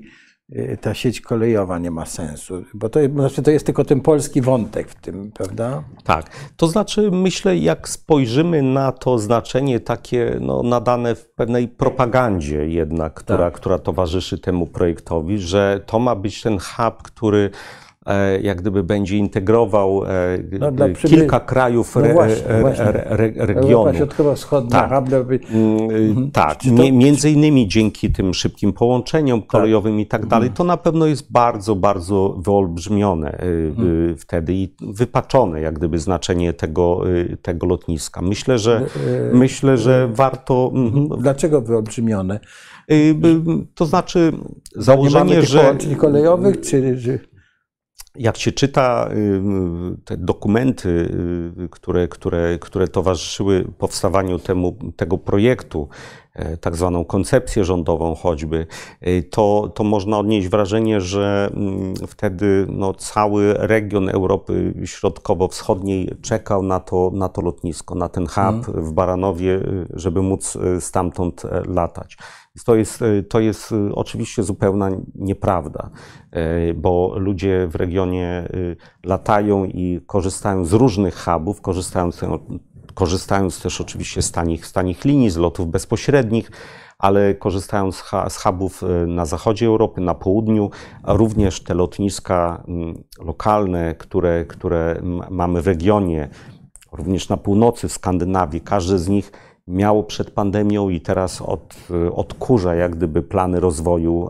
ta sieć kolejowa nie ma sensu, bo to jest tylko ten polski wątek w tym, prawda? Tak, to znaczy myślę, jak spojrzymy na to znaczenie takie nadane w pewnej propagandzie jednak, która towarzyszy temu projektowi, że to ma być ten hub, który jak gdyby będzie integrował kilka krajów regionu. Europa Środkowo-Wschodnia. Tak, między innymi dzięki tym szybkim połączeniom kolejowym i tak dalej, to na pewno jest bardzo, bardzo wyolbrzymione wtedy i wypaczone jak gdyby znaczenie tego lotniska. Myślę, że warto... Dlaczego wyolbrzymione? To znaczy założenie, że... połączeń kolejowych, czy... Jak się czyta te dokumenty, które towarzyszyły powstawaniu tego projektu, tak zwaną koncepcję rządową choćby, to można odnieść wrażenie, że wtedy cały region Europy Środkowo-Wschodniej czekał na to lotnisko, na ten hub w Baranowie, żeby móc stamtąd latać. To jest oczywiście zupełna nieprawda, bo ludzie w regionie latają i korzystają z różnych hubów, korzystając też oczywiście z tanich linii, z lotów bezpośrednich, ale korzystają z hubów na zachodzie Europy, na południu, a również te lotniska lokalne, które mamy w regionie, również na północy, w Skandynawii, każdy z nich miało przed pandemią i teraz odkurza jak gdyby plany rozwoju,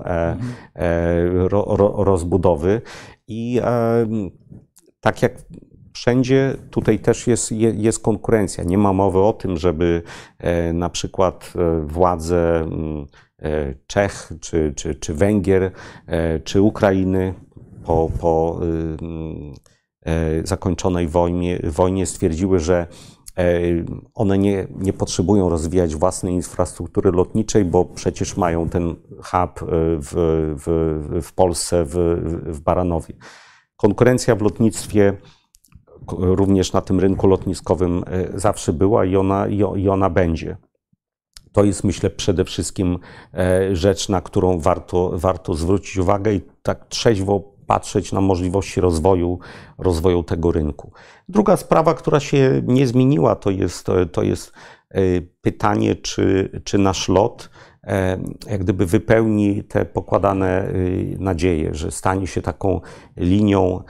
rozbudowy. I tak jak wszędzie, tutaj też jest konkurencja. Nie ma mowy o tym, żeby na przykład władze Czech, czy Węgier, czy Ukrainy po zakończonej wojnie stwierdziły, że one nie potrzebują rozwijać własnej infrastruktury lotniczej, bo przecież mają ten hub w Polsce, w Baranowie. Konkurencja w lotnictwie, również na tym rynku lotniskowym zawsze była i ona będzie. To jest, myślę, przede wszystkim rzecz, na którą warto zwrócić uwagę i tak trzeźwo patrzeć na możliwości rozwoju tego rynku. Druga sprawa, która się nie zmieniła, to jest pytanie, czy nasz lot jak gdyby wypełni te pokładane nadzieje, że stanie się taką linią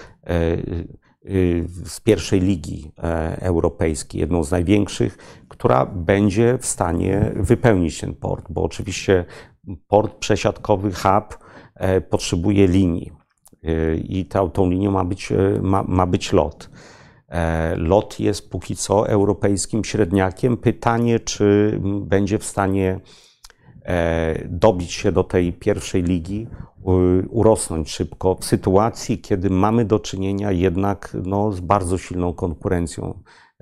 z pierwszej ligi europejskiej, jedną z największych, która będzie w stanie wypełnić ten port, bo oczywiście port przesiadkowy, hub potrzebuje linii i tą linią ma być LOT. LOT jest póki co europejskim średniakiem. Pytanie, czy będzie w stanie dobić się do tej pierwszej ligi, urosnąć szybko w sytuacji, kiedy mamy do czynienia jednak z bardzo silną konkurencją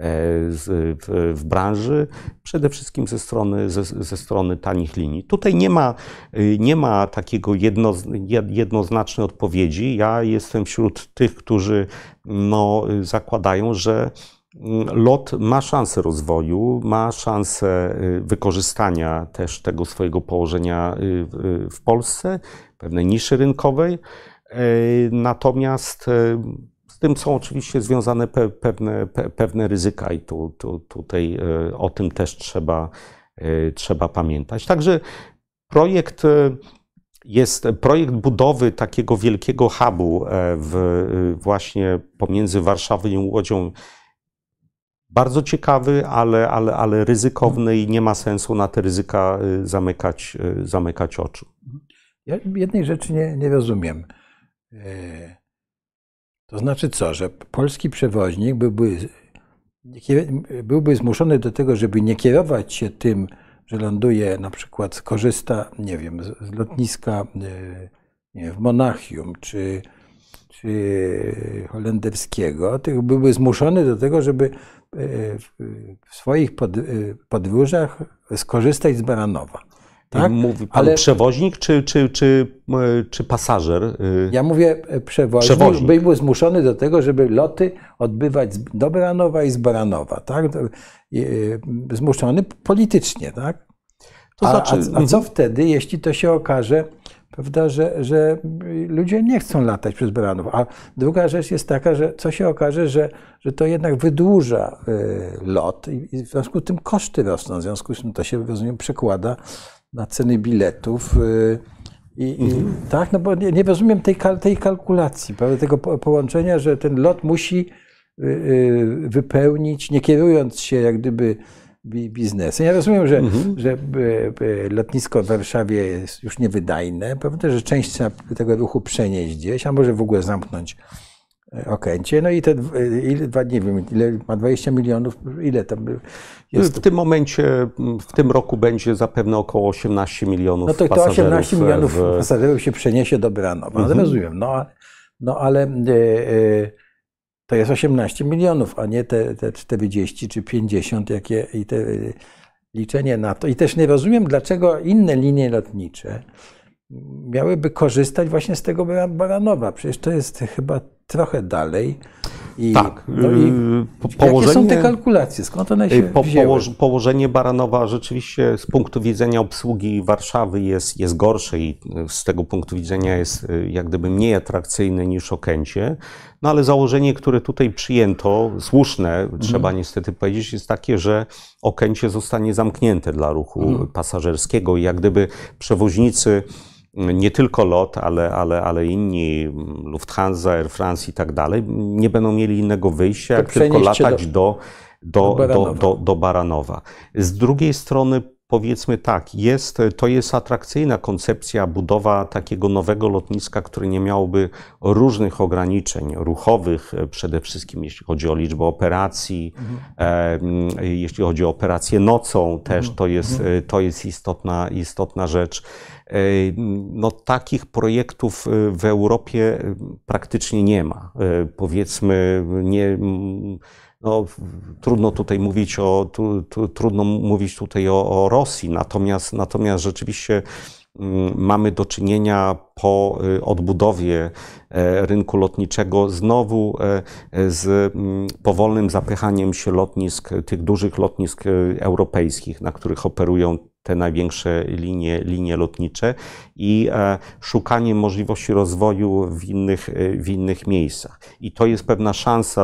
w branży, przede wszystkim ze strony tanich linii. Tutaj nie ma takiego jednoznacznej odpowiedzi. Ja jestem wśród tych, którzy zakładają, że LOT ma szansę rozwoju, ma szansę wykorzystania też tego swojego położenia w Polsce, pewnej niszy rynkowej, natomiast z tym są oczywiście związane pewne ryzyka i tutaj o tym też trzeba pamiętać. Także projekt budowy takiego wielkiego hubu właśnie pomiędzy Warszawą i Łodzią bardzo ciekawy, ale ryzykowny i nie ma sensu na te ryzyka zamykać oczu. Ja jednej rzeczy nie rozumiem. To znaczy co, że polski przewoźnik byłby zmuszony do tego, żeby nie kierować się tym, że ląduje, na przykład korzysta, nie wiem, z lotniska w Monachium czy holenderskiego, tylko byłby zmuszony do tego, żeby w swoich podróżach skorzystać z Baranowa. Tak? Mówi pan przewoźnik czy pasażer? Ja mówię przewoźnik. Byłby zmuszony do tego, żeby loty odbywać do Baranowa i z Baranowa. Tak? Zmuszony politycznie. Tak? A co wtedy, jeśli to się okaże prawda, że ludzie nie chcą latać przez Baranów. A druga rzecz jest taka, że co się okaże, że to jednak wydłuża lot i w związku z tym koszty rosną. W związku z tym to się, rozumiem, przekłada na ceny biletów. Tak, no bo nie rozumiem tej kalkulacji, prawda, tego połączenia, że ten lot musi wypełnić, nie kierując się jak gdyby biznesem. Ja rozumiem, że lotnisko w Warszawie jest już niewydajne, prawda, że część trzeba tego ruchu przenieść gdzieś, a może w ogóle zamknąć Okęcie. No i nie wiem, ile ma 20 milionów, ile tam jest? W tym momencie, w tym roku będzie zapewne około 18 milionów pasażerów. No to 18 milionów pasażerów się przeniesie do Baranowa. Rozumiem, no ale to jest 18 milionów, a nie te 40 czy 50, jakie i te liczenie na to. I też nie rozumiem, dlaczego inne linie lotnicze miałyby korzystać właśnie z tego Baranowa. Przecież to jest chyba trochę dalej. Tak. Jakie są te kalkulacje? Skąd one się wzięły? Położenie Baranowa rzeczywiście z punktu widzenia obsługi Warszawy jest gorsze i z tego punktu widzenia jest jak gdyby mniej atrakcyjne niż Okęcie. No ale założenie, które tutaj przyjęto, słuszne, trzeba niestety powiedzieć, jest takie, że Okęcie zostanie zamknięte dla ruchu pasażerskiego i jak gdyby przewoźnicy, nie tylko LOT, ale inni, Lufthansa, Air France i tak dalej, nie będą mieli innego wyjścia, jak tylko latać do Baranowa. Z drugiej strony powiedzmy tak, to jest atrakcyjna koncepcja, budowa takiego nowego lotniska, które nie miałoby różnych ograniczeń ruchowych, przede wszystkim jeśli chodzi o liczbę operacji, jeśli chodzi o operacje nocą też, to jest istotna rzecz. No, takich projektów w Europie praktycznie nie ma. Powiedzmy, no, trudno mówić tutaj o Rosji, natomiast rzeczywiście mamy do czynienia po odbudowie rynku lotniczego znowu z powolnym zapychaniem się lotnisk, tych dużych lotnisk europejskich, na których operują te największe linie lotnicze i szukanie możliwości rozwoju w innych miejscach. I to jest pewna szansa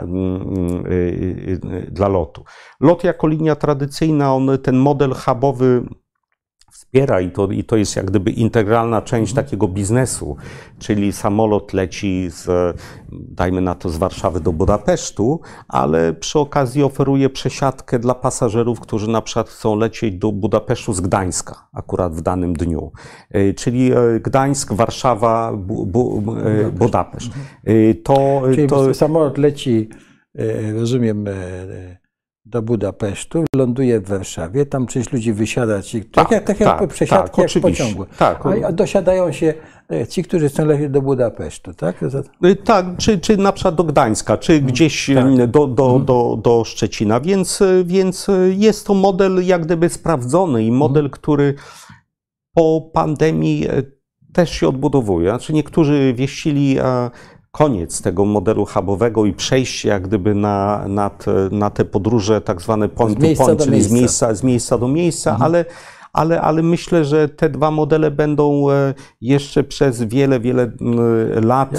dla lotu. Lot jako linia tradycyjna, ten model hubowy wspiera i to jest jak gdyby integralna część takiego biznesu, czyli samolot leci dajmy na to z Warszawy do Budapesztu, ale przy okazji oferuje przesiadkę dla pasażerów, którzy na przykład chcą lecieć do Budapesztu z Gdańska akurat w danym dniu. Czyli Gdańsk, Warszawa, Budapeszt. Czyli samolot leci, rozumiem, do Budapesztu, ląduje w Warszawie, tam część ludzi wysiada, jak przesiadki, jak w pociągu. A dosiadają się ci, którzy chcą lecieć do Budapesztu, tak? Tak, czy na przykład do Gdańska, czy gdzieś do Szczecina, więc jest to model jak gdyby sprawdzony i model, który po pandemii też się odbudowuje. Znaczy niektórzy wieścili koniec tego modelu hubowego i przejście jak gdyby na te podróże tak zwane point to point, czyli z miejsca do miejsca, ale myślę, że te dwa modele będą jeszcze przez wiele lat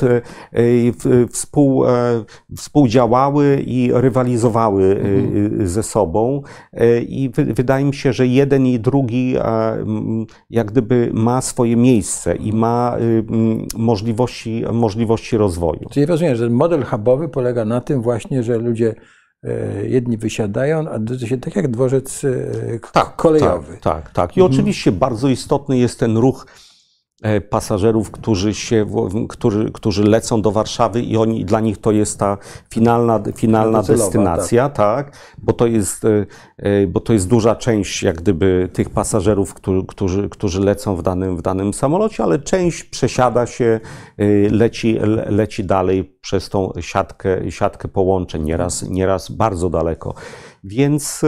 współdziałały i rywalizowały ze sobą. I wydaje mi się, że jeden i drugi jak gdyby ma swoje miejsce i ma możliwości rozwoju. Czyli rozumiem, że model hubowy polega na tym właśnie, że ludzie jedni wysiadają, a drudzy się, tak jak dworzec kolejowy. Tak. I oczywiście bardzo istotny jest ten ruch pasażerów, którzy lecą do Warszawy i dla nich to jest ta finalna destynacja, tak? Bo to jest duża część jak gdyby tych pasażerów, którzy lecą w danym samolocie, ale część przesiada się, leci dalej przez tą siatkę połączeń, nieraz bardzo daleko. Więc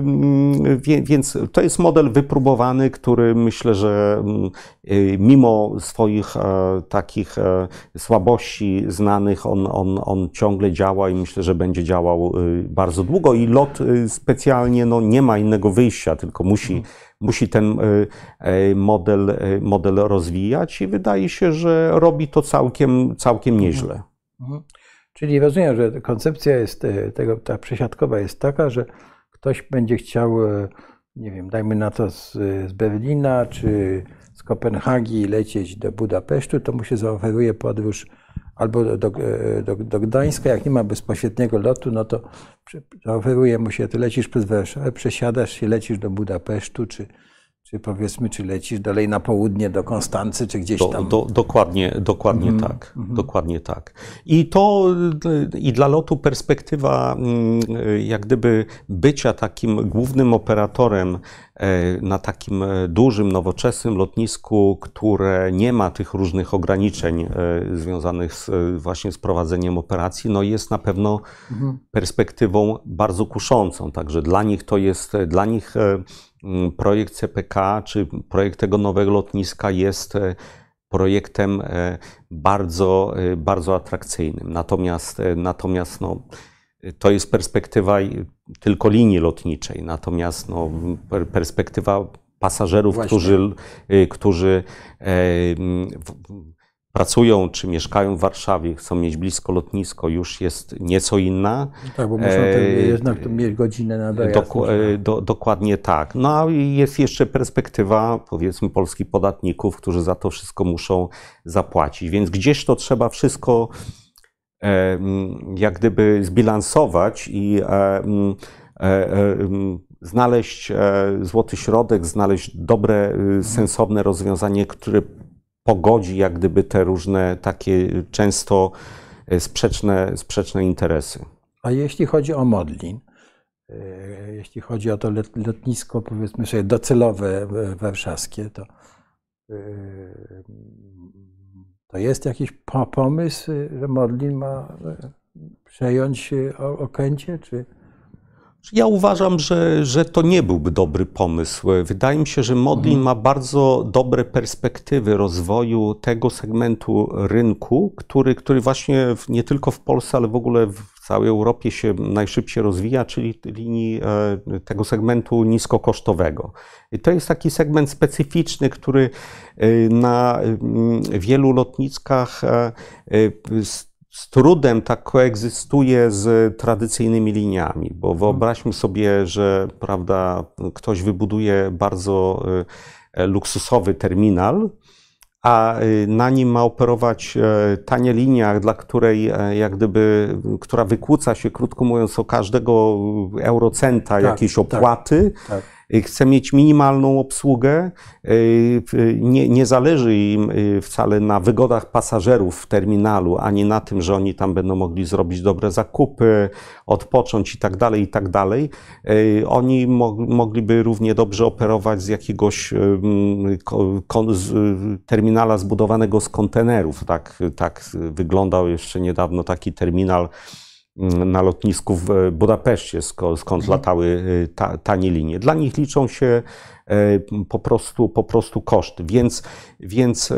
to jest model wypróbowany, który myślę, że mimo swoich takich słabości znanych, on ciągle działa i myślę, że będzie działał bardzo długo i LOT specjalnie nie ma innego wyjścia, tylko musi ten model rozwijać i wydaje się, że robi to całkiem nieźle. Czyli rozumiem, że koncepcja jest ta przesiadkowa jest taka, że ktoś będzie chciał, nie wiem, dajmy na to z Berlina czy z Kopenhagi lecieć do Budapesztu, to mu się zaoferuje podróż albo do Gdańska, jak nie ma bezpośredniego lotu, no to zaoferuje mu się, ty lecisz przez Warszawę, przesiadasz się, lecisz do Budapesztu, czy powiedzmy, czy lecisz dalej na południe do Konstancy, czy gdzieś tam. Dokładnie tak. Dokładnie tak. I dla lotu perspektywa jak gdyby bycia takim głównym operatorem na takim dużym, nowoczesnym lotnisku, które nie ma tych różnych ograniczeń związanych właśnie z prowadzeniem operacji, no jest na pewno perspektywą bardzo kuszącą. Także dla nich to jest, projekt CPK, czy projekt tego nowego lotniska jest projektem bardzo atrakcyjnym. Natomiast no, to jest perspektywa tylko linii lotniczej, natomiast no, perspektywa pasażerów, którzy pracują czy mieszkają w Warszawie, chcą mieć blisko lotnisko, już jest nieco inna. Tak, bo muszą jednak mieć godzinę na dojazd. Dokładnie tak. No a jest jeszcze perspektywa, powiedzmy, polskich podatników, którzy za to wszystko muszą zapłacić. Więc gdzieś to trzeba wszystko jak gdyby zbilansować i znaleźć złoty środek, znaleźć dobre, sensowne rozwiązanie, które pogodzi jak gdyby te różne takie często sprzeczne interesy. A jeśli chodzi o Modlin, jeśli chodzi o to lotnisko, powiedzmy sobie, docelowe warszawskie, to jest jakiś pomysł, że Modlin ma przejąć Okęcie, czy? Ja uważam, że to nie byłby dobry pomysł. Wydaje mi się, że Modlin ma bardzo dobre perspektywy rozwoju tego segmentu rynku, który właśnie nie tylko w Polsce, ale w ogóle w całej Europie się najszybciej rozwija, czyli linii tego segmentu niskokosztowego. I to jest taki segment specyficzny, który na wielu lotniskach z trudem tak koegzystuje z tradycyjnymi liniami, bo wyobraźmy sobie, że prawda, ktoś wybuduje bardzo luksusowy terminal, a na nim ma operować tania linia, dla której jak gdyby, która wykłóca się, krótko mówiąc, o każdego eurocenta jakiejś opłaty. Tak. Chce mieć minimalną obsługę, nie zależy im wcale na wygodach pasażerów w terminalu, ani na tym, że oni tam będą mogli zrobić dobre zakupy, odpocząć i tak dalej, i tak dalej. Oni mogliby równie dobrze operować z jakiegoś terminala zbudowanego z kontenerów. Tak wyglądał jeszcze niedawno taki terminal na lotnisku w Budapeszcie, skąd latały tanie linie. Dla nich liczą się po prostu koszty, więc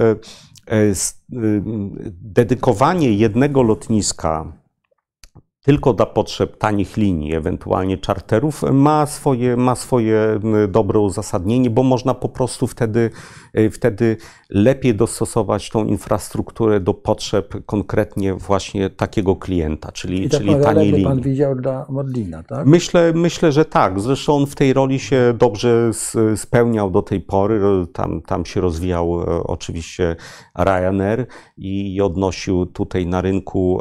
dedykowanie jednego lotniska tylko dla potrzeb tanich linii, ewentualnie czarterów, ma swoje dobre uzasadnienie, bo można po prostu wtedy lepiej dostosować tą infrastrukturę do potrzeb konkretnie właśnie takiego klienta, czyli taniej linii. Pan widział dla Modlina, tak? Myślę, że tak. Zresztą on w tej roli się dobrze spełniał do tej pory. Tam się rozwijał oczywiście Ryanair i odnosił tutaj na rynku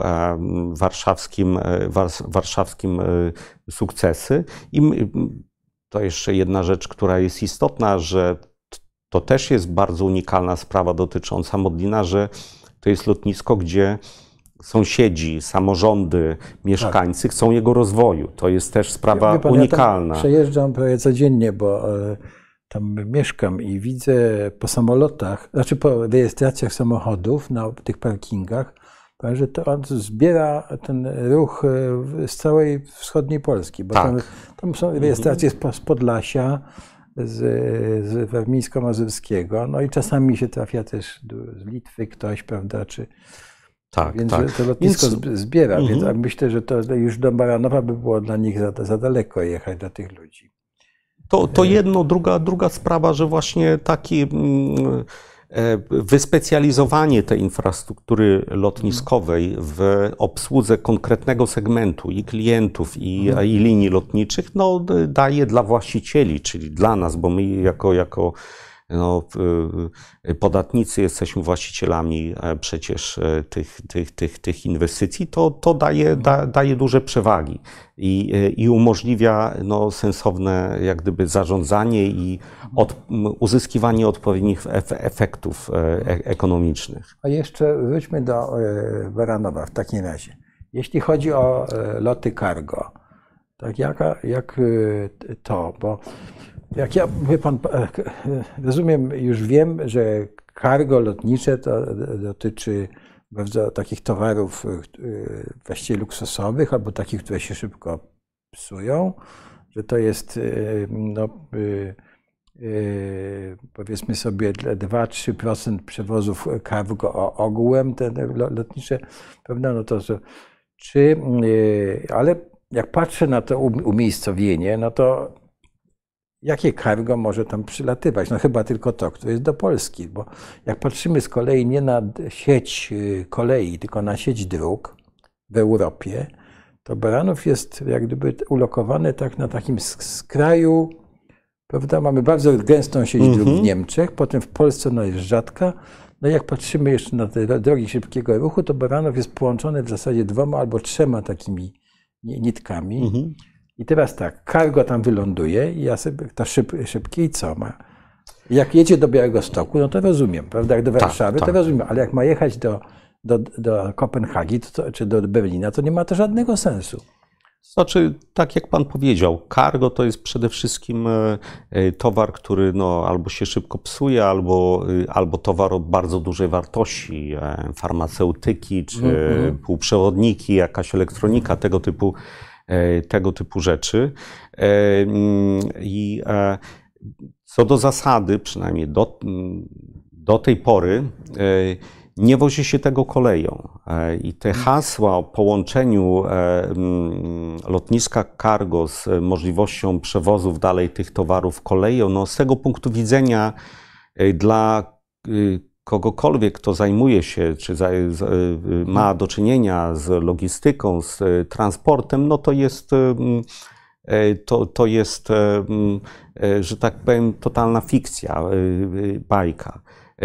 warszawskim sukcesy. I to jeszcze jedna rzecz, która jest istotna, że to też jest bardzo unikalna sprawa dotycząca Modlina, że to jest lotnisko, gdzie sąsiedzi, samorządy, mieszkańcy chcą jego rozwoju. To jest też sprawa unikalna. Ja przejeżdżam prawie codziennie, bo tam mieszkam i widzę po samolotach, znaczy po rejestracjach samochodów na tych parkingach, że to on zbiera ten ruch z całej wschodniej Polski, bo tam są rejestracje z Podlasia, z Warmińsko-Mazurskiego, no i czasami się trafia też z Litwy ktoś, prawda, czy... Więc to lotnisko zbiera, więc myślę, że to już do Baranowa by było dla nich za daleko jechać, dla tych ludzi. To jedno, druga sprawa, że właśnie takie wyspecjalizowanie tej infrastruktury lotniskowej w obsłudze konkretnego segmentu i klientów, i linii lotniczych, no, daje dla właścicieli, czyli dla nas, bo my jako podatnicy jesteśmy właścicielami przecież tych inwestycji, to daje duże przewagi i umożliwia sensowne jak gdyby zarządzanie i uzyskiwanie odpowiednich efektów ekonomicznych. A jeszcze wróćmy do Baranowa w takim razie. Jeśli chodzi o loty cargo, tak jak to, bo jak ja, wie pan, rozumiem, już wiem, że cargo lotnicze to dotyczy bardzo takich towarów właściwie luksusowych albo takich, które się szybko psują, że to jest powiedzmy sobie 2–3% przewozów cargo ogółem te lotnicze, prawda? No to ale jak patrzę na to umiejscowienie, no to jakie cargo może tam przylatywać? No chyba tylko to, które jest do Polski, bo jak patrzymy z kolei nie na sieć kolei, tylko na sieć dróg w Europie, to Baranów jest jak gdyby ulokowany tak na takim skraju, prawda? Mamy bardzo gęstą sieć dróg w Niemczech, potem w Polsce ona jest rzadka. No jak patrzymy jeszcze na te drogi szybkiego ruchu, to Baranów jest połączony w zasadzie 2 albo 3 takimi nitkami. I teraz tak, cargo tam wyląduje i ja sobie to szybkie i co ma? Jak jedzie do Białegostoku, no to rozumiem, prawda? Jak do Warszawy, to rozumiem, ale jak ma jechać do Kopenhagi czy do Berlina, to nie ma to żadnego sensu. Znaczy, tak jak pan powiedział, cargo to jest przede wszystkim towar, który albo się szybko psuje, albo towar o bardzo dużej wartości, farmaceutyki, czy półprzewodniki, jakaś elektronika, tego typu rzeczy. I co do zasady, przynajmniej do tej pory, nie wozi się tego koleją. I te hasła o połączeniu lotniska cargo z możliwością przewozów dalej tych towarów koleją, no z tego punktu widzenia dla kogokolwiek, kto zajmuje się, czy ma do czynienia z logistyką, z transportem, no to jest, że tak powiem, totalna fikcja, bajka.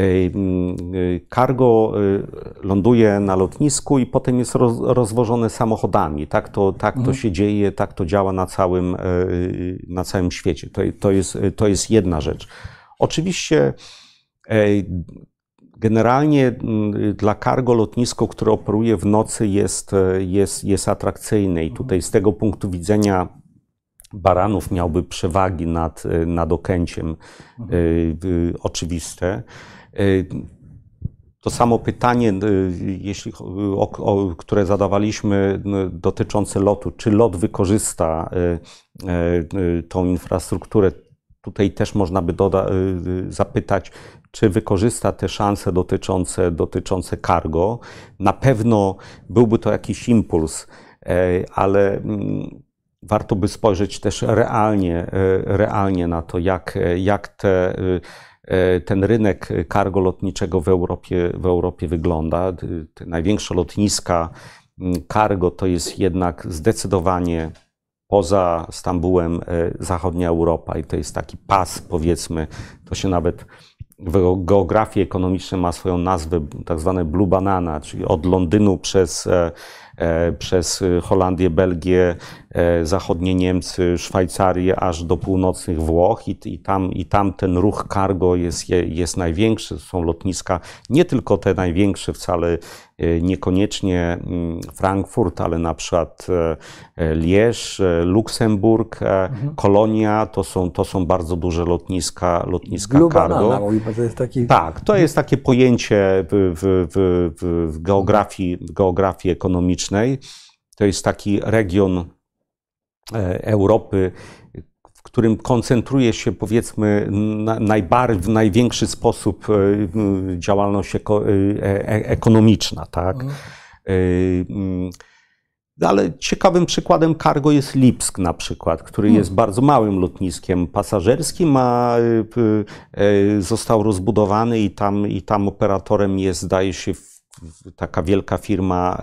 Cargo ląduje na lotnisku i potem jest rozwożone samochodami. Tak to się dzieje, tak to działa na całym świecie. To jest jedna rzecz. Oczywiście generalnie dla cargo lotnisko, które operuje w nocy, jest atrakcyjne i tutaj z tego punktu widzenia Baranów miałby przewagi nad Okęciem oczywiste. To samo pytanie, które zadawaliśmy dotyczące lotu, czy lot wykorzysta tą infrastrukturę, tutaj też można by zapytać, czy wykorzysta te szanse dotyczące cargo. Na pewno byłby to jakiś impuls, ale warto by spojrzeć też realnie na to, jak ten rynek cargo lotniczego w Europie wygląda. Te największe lotniska cargo to jest jednak zdecydowanie poza Stambułem zachodnia Europa i to jest taki pas, powiedzmy, to się nawet w geografii ekonomicznej ma swoją nazwę, tak zwane Blue Banana, czyli od Londynu przez Holandię, Belgię, zachodnie Niemcy, Szwajcarię, aż do północnych Włoch i tam ten ruch cargo jest największy. Są lotniska, nie tylko te największe, wcale niekoniecznie Frankfurt, ale na przykład Liège, Luksemburg, Kolonia, to są bardzo duże lotniska Blue cargo. Banana, to jest taki... Tak, to jest takie pojęcie w geografii ekonomicznej. To jest taki region Europy, w którym koncentruje się, powiedzmy, w największy sposób działalność ekonomiczna, tak? Ale ciekawym przykładem cargo jest Lipsk na przykład, który jest bardzo małym lotniskiem pasażerskim, a został rozbudowany i tam operatorem jest, zdaje się, taka wielka firma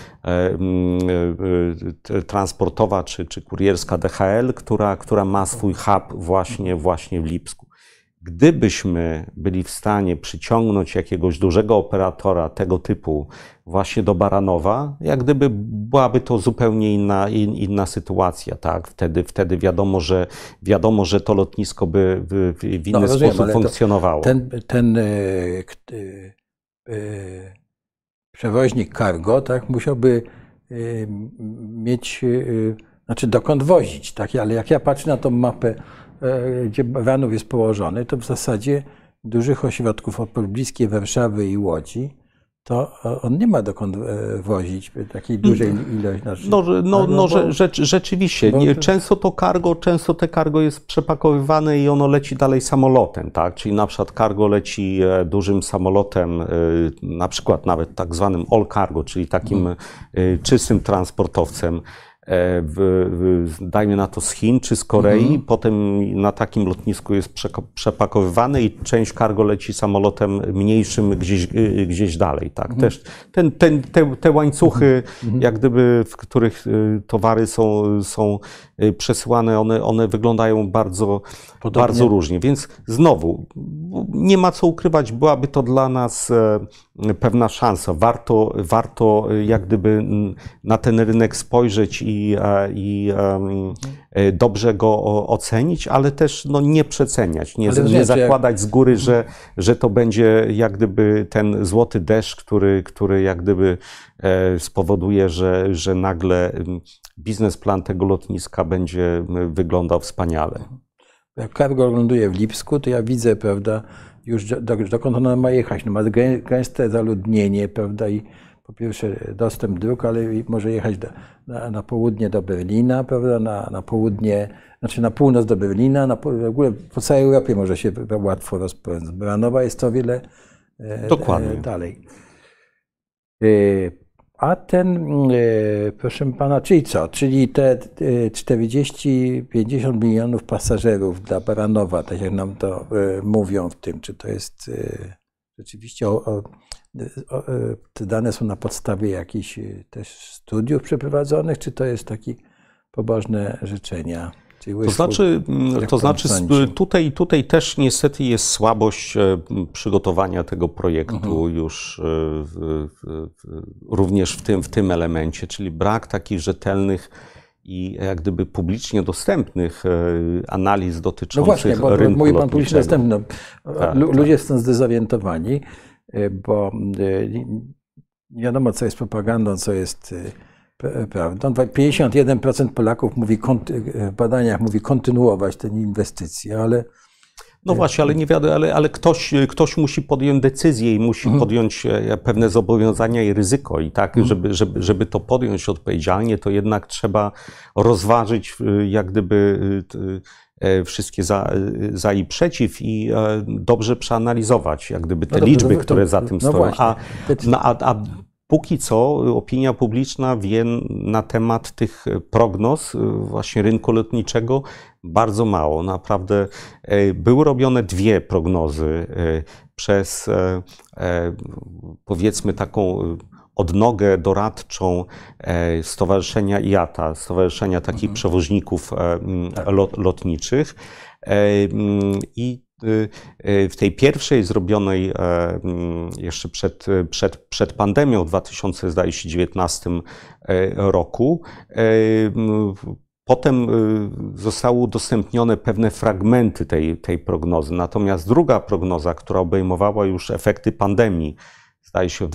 transportowa czy kurierska DHL, która ma swój hub właśnie w Lipsku. Gdybyśmy byli w stanie przyciągnąć jakiegoś dużego operatora tego typu właśnie do Baranowa, jak gdyby byłaby to zupełnie inna sytuacja, tak? Wtedy wiadomo, że to lotnisko by w inny sposób funkcjonowało. Ten przewoźnik cargo, tak, musiałby mieć, znaczy dokąd wozić, tak? Ale jak ja patrzę na tą mapę, gdzie Baranów jest położony, to w zasadzie dużych ośrodków oprócz bliskiej Warszawy i Łodzi, to on nie ma dokąd wozić takiej dużej ilości. Rzeczywiście. Często te cargo jest przepakowywane i ono leci dalej samolotem, tak? Czyli na przykład cargo leci dużym samolotem, na przykład nawet tak zwanym all cargo, czyli takim czystym transportowcem. Dajmy na to z Chin czy z Korei, potem na takim lotnisku jest przepakowywane i część cargo leci samolotem mniejszym gdzieś dalej. Tak? Też te łańcuchy, jak gdyby, w których towary są przesyłane, one wyglądają bardzo różnie. Więc znowu, nie ma co ukrywać, byłaby to dla nas pewna szansa. Warto jak gdyby na ten rynek spojrzeć i dobrze go ocenić, ale też nie przeceniać, nie zakładać z góry, że to będzie jak gdyby ten złoty deszcz, który jak gdyby spowoduje, że nagle biznesplan tego lotniska będzie wyglądał wspaniale. Jak cargo ląduje w Lipsku, to ja widzę, prawda, już dokąd ona ma jechać. No ma gęste zaludnienie, prawda, i po pierwsze dostęp dróg, ale może jechać na południe do Berlina, prawda, na południe, znaczy na północ do Berlina, w ogóle po całej Europie może się łatwo rozpłynąć. Baranowa jest to o wiele dalej. A ten, proszę pana, czyli co? Czyli te 40-50 milionów pasażerów dla Baranowa, tak jak nam to mówią w tym, czy to jest rzeczywiście, te dane są na podstawie jakichś też studiów przeprowadzonych, czy to jest takie pobożne życzenia? To znaczy tutaj też niestety jest słabość przygotowania tego projektu już również w tym elemencie, czyli brak takich rzetelnych i jak gdyby publicznie dostępnych analiz dotyczących rynku lotniczego. Mówi pan publicznie dostępny. Ludzie są zdezorientowani, bo nie wiadomo, co jest propagandą, co jest prawdą. 51% Polaków mówi, w badaniach mówi kontynuować te inwestycje, ale... No właśnie, ale nie wiadomo, ale ktoś musi podjąć decyzję i musi podjąć pewne zobowiązania i ryzyko. I tak, żeby to podjąć odpowiedzialnie, to jednak trzeba rozważyć jak gdyby wszystkie za i przeciw i dobrze przeanalizować jak gdyby te liczby, które za tym stoją. A póki co opinia publiczna wie na temat tych prognoz właśnie rynku lotniczego bardzo mało. Naprawdę były robione dwie prognozy przez powiedzmy taką odnogę doradczą Stowarzyszenia IATA, Stowarzyszenia takich przewoźników lotniczych. I w tej pierwszej zrobionej jeszcze przed pandemią w 2019 roku, potem zostały udostępnione pewne fragmenty tej prognozy. Natomiast druga prognoza, która już efekty pandemii, zdaje się w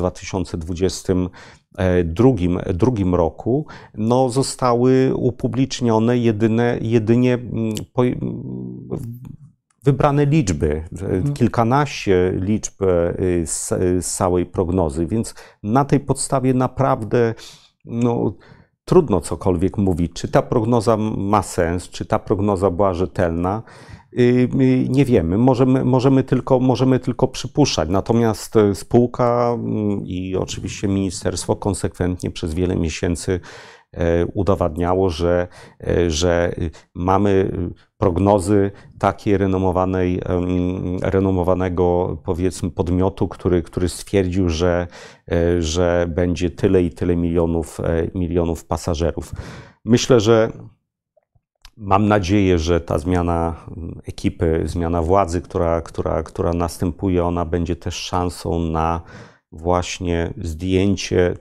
2022 roku, no zostały upublicznione jedynie wybrane liczby, kilkanaście liczb z całej prognozy, więc na tej podstawie naprawdę trudno cokolwiek mówić, czy ta prognoza ma sens, czy ta prognoza była rzetelna. Nie wiemy, możemy tylko przypuszczać. Natomiast spółka i oczywiście ministerstwo konsekwentnie przez wiele miesięcy udowadniało, że mamy prognozy takiej renomowanego, powiedzmy, podmiotu, który stwierdził, że będzie tyle i tyle milionów pasażerów. Myślę, że mam nadzieję, że ta zmiana ekipy, zmiana władzy, która następuje, ona będzie też szansą na właśnie zdjęcie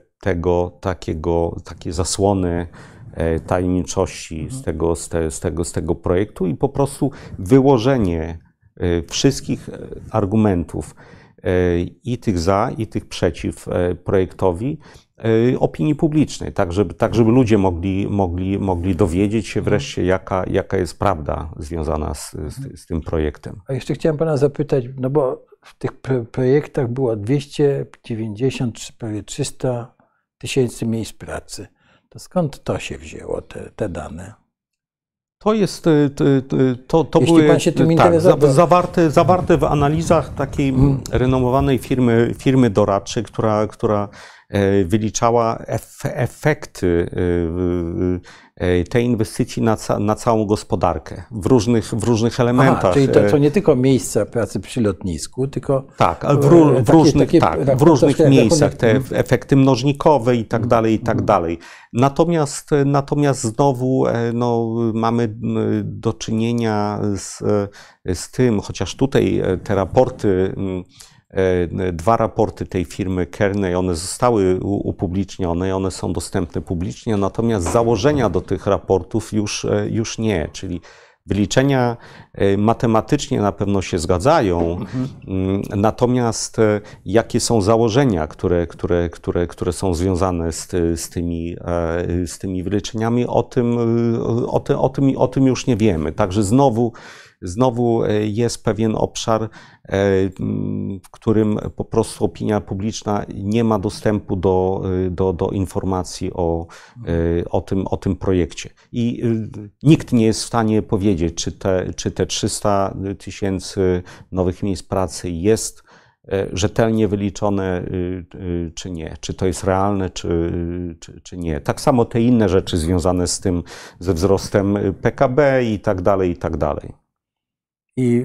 takiej zasłony tajemniczości z tego projektu i po prostu wyłożenie wszystkich argumentów i tych za, i tych przeciw projektowi opinii publicznej, tak żeby ludzie mogli dowiedzieć się wreszcie, jaka jest prawda związana z tym projektem. A jeszcze chciałem pana zapytać, no bo w tych projektach było 290, prawie 300 tysięcy miejsc pracy. To skąd to się wzięło, te dane? To jest, to Jeśli były pan się tym interesował. zawarte w analizach takiej renomowanej firmy doradczej, która wyliczała efekty tej inwestycji na całą gospodarkę w różnych elementach. Aha, czyli to nie tylko miejsca pracy przy lotnisku, tylko tak, w różnych miejscach, te efekty mnożnikowe i tak dalej, i tak dalej. Natomiast znowu no, mamy do czynienia z tym, chociaż tutaj te raporty, dwa raporty tej firmy Kearney, one zostały upublicznione i one są dostępne publicznie, natomiast założenia do tych raportów już nie, czyli wyliczenia matematycznie na pewno się zgadzają, natomiast jakie są założenia, które są związane z tymi wyliczeniami, o tym już nie wiemy. Także znowu jest pewien obszar, w którym po prostu opinia publiczna nie ma dostępu do informacji o tym projekcie. I nikt nie jest w stanie powiedzieć, czy te 300 tysięcy nowych miejsc pracy jest rzetelnie wyliczone, czy nie. Czy to jest realne, czy nie. Tak samo te inne rzeczy związane z tym, ze wzrostem PKB i tak dalej, i tak dalej. I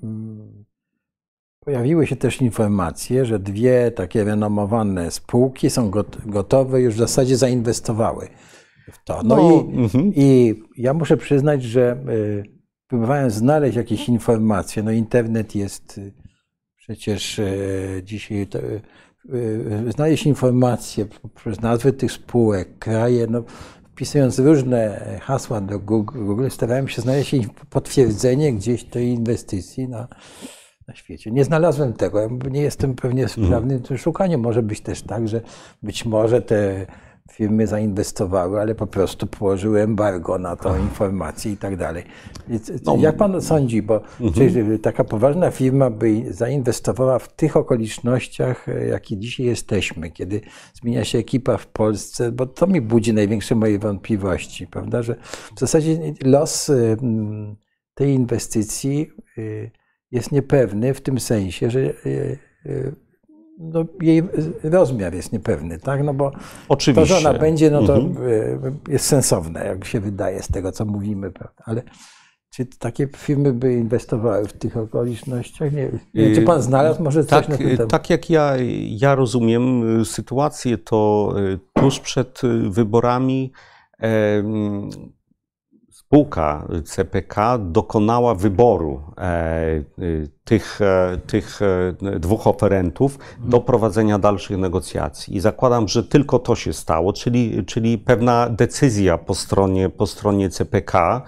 pojawiły się też informacje, że dwie takie renomowane spółki są gotowe, już w zasadzie zainwestowały w to. I ja muszę przyznać, że próbowałem znaleźć jakieś informacje. No internet jest przecież dzisiaj, znaleźć informacje przez nazwy tych spółek, kraje, no, wpisując różne hasła do Google, starałem się znaleźć potwierdzenie gdzieś tej inwestycji na świecie. Nie znalazłem tego. Ja nie jestem pewnie sprawny w szukaniu. Może być też tak, że być może te firmy zainwestowały, ale po prostu położyły embargo na tą informację i tak dalej. Jak pan sądzi, bo czy taka poważna firma by zainwestowała w tych okolicznościach, jakie dzisiaj jesteśmy, kiedy zmienia się ekipa w Polsce, bo to mi budzi największe moje wątpliwości, prawda, że w zasadzie los tej inwestycji jest niepewny w tym sensie, że no, jej rozmiar jest niepewny, tak? No bo oczywiście. To, że ona będzie, no to jest sensowne, jak się wydaje z tego, co mówimy, prawda? Ale czy takie firmy by inwestowały w tych okolicznościach? Nie wiem. Czy pan znalazł może coś na ten temat? Tak jak ja rozumiem sytuację, to tuż przed wyborami spółka CPK dokonała wyboru tych dwóch oferentów do prowadzenia dalszych negocjacji. I zakładam, że tylko to się stało, czyli pewna decyzja po stronie CPK.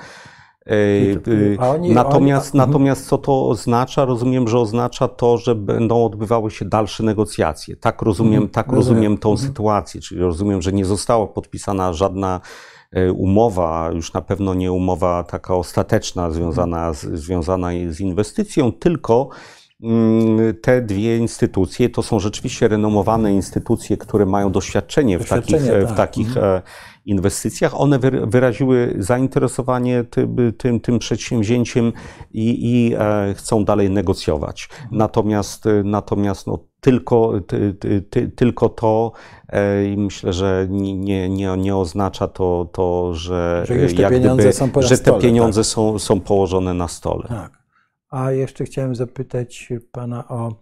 Natomiast co to oznacza? Rozumiem, że oznacza to, że będą odbywały się dalsze negocjacje. Tak rozumiem tą sytuację, czyli rozumiem, że nie została podpisana żadna umowa, już na pewno nie umowa taka ostateczna związana z inwestycją, tylko te dwie instytucje to są rzeczywiście renomowane instytucje, które mają doświadczenie w takich inwestycjach. One wyraziły zainteresowanie tym przedsięwzięciem i chcą dalej negocjować. Natomiast no, tylko to i myślę, że nie oznacza to, że już te pieniądze są że te stole, pieniądze tak. są położone na stole. Tak. A jeszcze chciałem zapytać pana o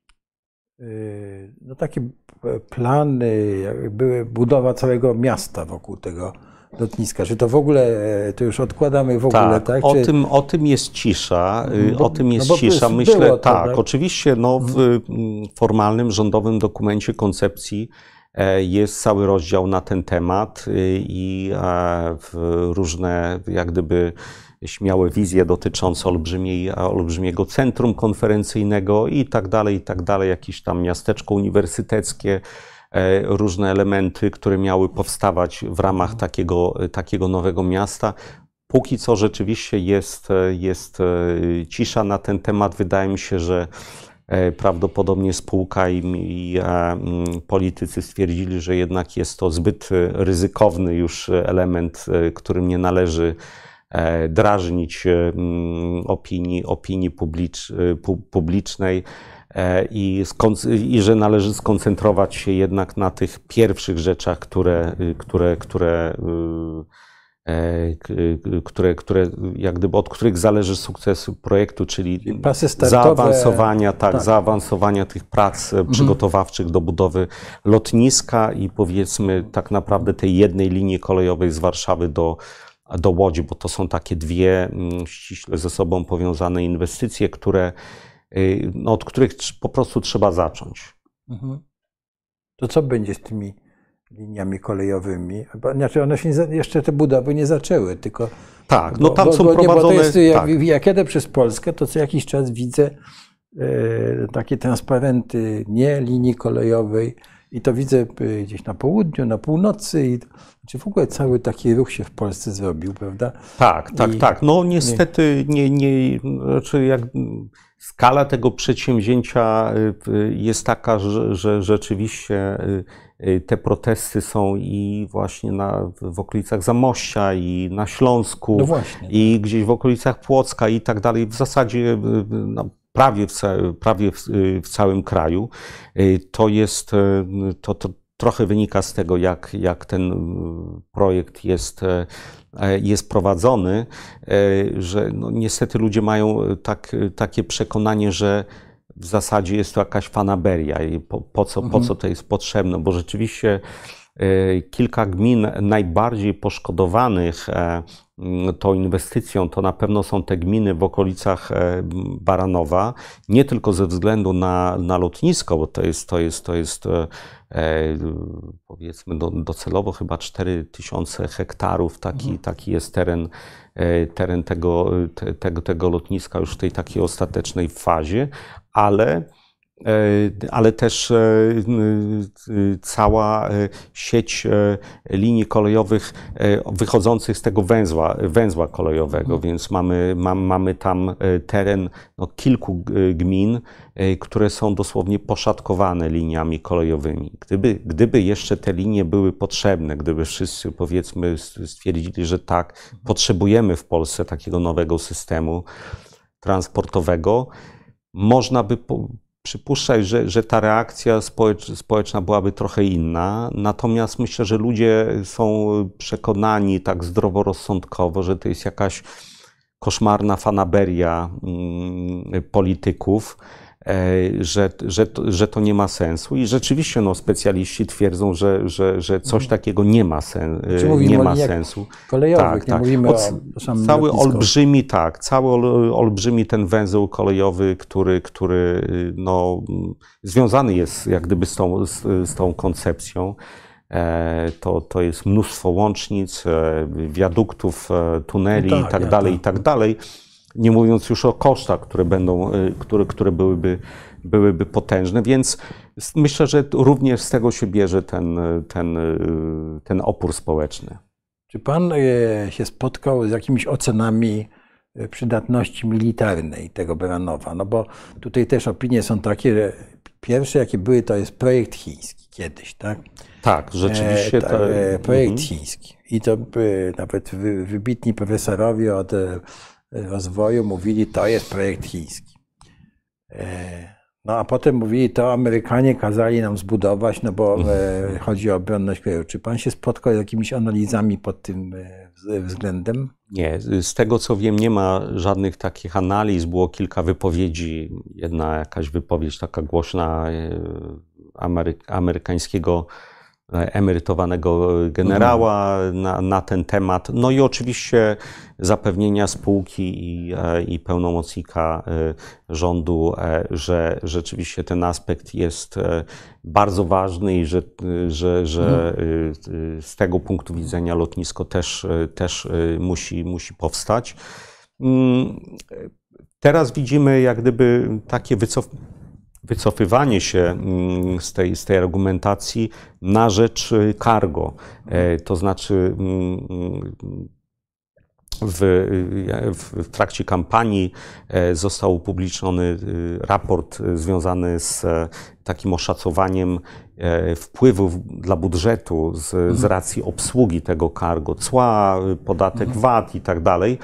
takie plany, jakby budowa całego miasta wokół tego lotniska. Czy to w ogóle, to już odkładamy w ogóle, tak? O tym jest cisza. O tym jest bo cisza. było Myślę, to, tak, oczywiście w formalnym, rządowym dokumencie koncepcji jest cały rozdział na ten temat i różne jak gdyby śmiałe wizje dotyczące olbrzymiego centrum konferencyjnego i tak dalej, jakieś tam miasteczko uniwersyteckie, różne elementy, które miały powstawać w ramach takiego nowego miasta. Póki co rzeczywiście jest cisza na ten temat. Wydaje mi się, że prawdopodobnie spółka i politycy stwierdzili, że jednak jest to zbyt ryzykowny już element, którym nie należy drażnić opinii publicznej i że należy skoncentrować się jednak na tych pierwszych rzeczach, jak gdyby od których zależy sukces projektu, czyli pasy startowe, zaawansowania tych prac przygotowawczych do budowy lotniska i powiedzmy tak naprawdę tej jednej linii kolejowej z Warszawy do Łodzi, bo to są takie dwie ściśle ze sobą powiązane inwestycje, od których po prostu trzeba zacząć. To co będzie z tymi liniami kolejowymi? Znaczy one się jeszcze te budowy nie zaczęły, tylko... Tak, no tam są prowadzone... Jak jadę przez Polskę, to co jakiś czas widzę takie transparenty nie linii kolejowej i to widzę gdzieś na południu, na północy i znaczy w ogóle cały taki ruch się w Polsce zrobił, prawda? Tak. No niestety znaczy skala tego przedsięwzięcia jest taka, że rzeczywiście te protesty są i właśnie w okolicach Zamościa i na Śląsku, no właśnie, i gdzieś w okolicach Płocka i tak dalej. W zasadzie prawie w całym kraju. To trochę wynika z tego, jak ten projekt jest prowadzony, że no niestety ludzie mają takie przekonanie, że w zasadzie jest to jakaś fanaberia i po co to jest potrzebne, bo rzeczywiście kilka gmin najbardziej poszkodowanych tą inwestycją to na pewno są te gminy w okolicach Baranowa, nie tylko ze względu na lotnisko, bo to jest powiedzmy docelowo chyba 4000 hektarów, taki jest teren tego lotniska już w tej takiej ostatecznej fazie, ale też cała sieć linii kolejowych wychodzących z tego węzła kolejowego, więc mamy tam teren kilku gmin, które są dosłownie poszatkowane liniami kolejowymi. Gdyby jeszcze te linie były potrzebne, gdyby wszyscy powiedzmy stwierdzili, że tak, potrzebujemy w Polsce takiego nowego systemu transportowego, można by przypuszczać, że ta reakcja społeczna byłaby trochę inna, natomiast myślę, że ludzie są przekonani tak zdroworozsądkowo, że to jest jakaś koszmarna fanaberia polityków, że to nie ma sensu i rzeczywiście specjaliści twierdzą, że coś takiego nie ma sensu. Kolejowych, nie mówimy o samym cały lotnisku. olbrzymi ten węzeł kolejowy, który związany jest jak gdyby z tą koncepcją. To jest mnóstwo łącznic, wiaduktów, tuneli i tak dalej. Nie mówiąc już o kosztach, które byłyby potężne, więc myślę, że również z tego się bierze ten opór społeczny. Czy pan się spotkał z jakimiś ocenami przydatności militarnej tego Baranowa? No bo tutaj też opinie są takie, że pierwsze jakie były, to jest projekt chiński kiedyś, tak? Tak, rzeczywiście. Projekt chiński. I to nawet wybitni profesorowie od rozwoju mówili, to jest projekt chiński. No a potem mówili, to Amerykanie kazali nam zbudować, no bo chodzi o obronność kraju. Czy pan się spotkał z jakimiś analizami pod tym względem? Nie, z tego co wiem, nie ma żadnych takich analiz. Było kilka wypowiedzi. Jedna jakaś wypowiedź taka głośna amerykańskiego emerytowanego generała na ten temat. No i oczywiście zapewnienia spółki i pełnomocnika rządu, że rzeczywiście ten aspekt jest bardzo ważny i że z tego punktu widzenia lotnisko też musi powstać. Teraz widzimy jak gdyby takie wycofywanie się z tej argumentacji na rzecz cargo. To znaczy w trakcie kampanii został upubliczniony raport związany z takim oszacowaniem wpływów dla budżetu z racji obsługi tego cargo, cła, podatek VAT i tak dalej.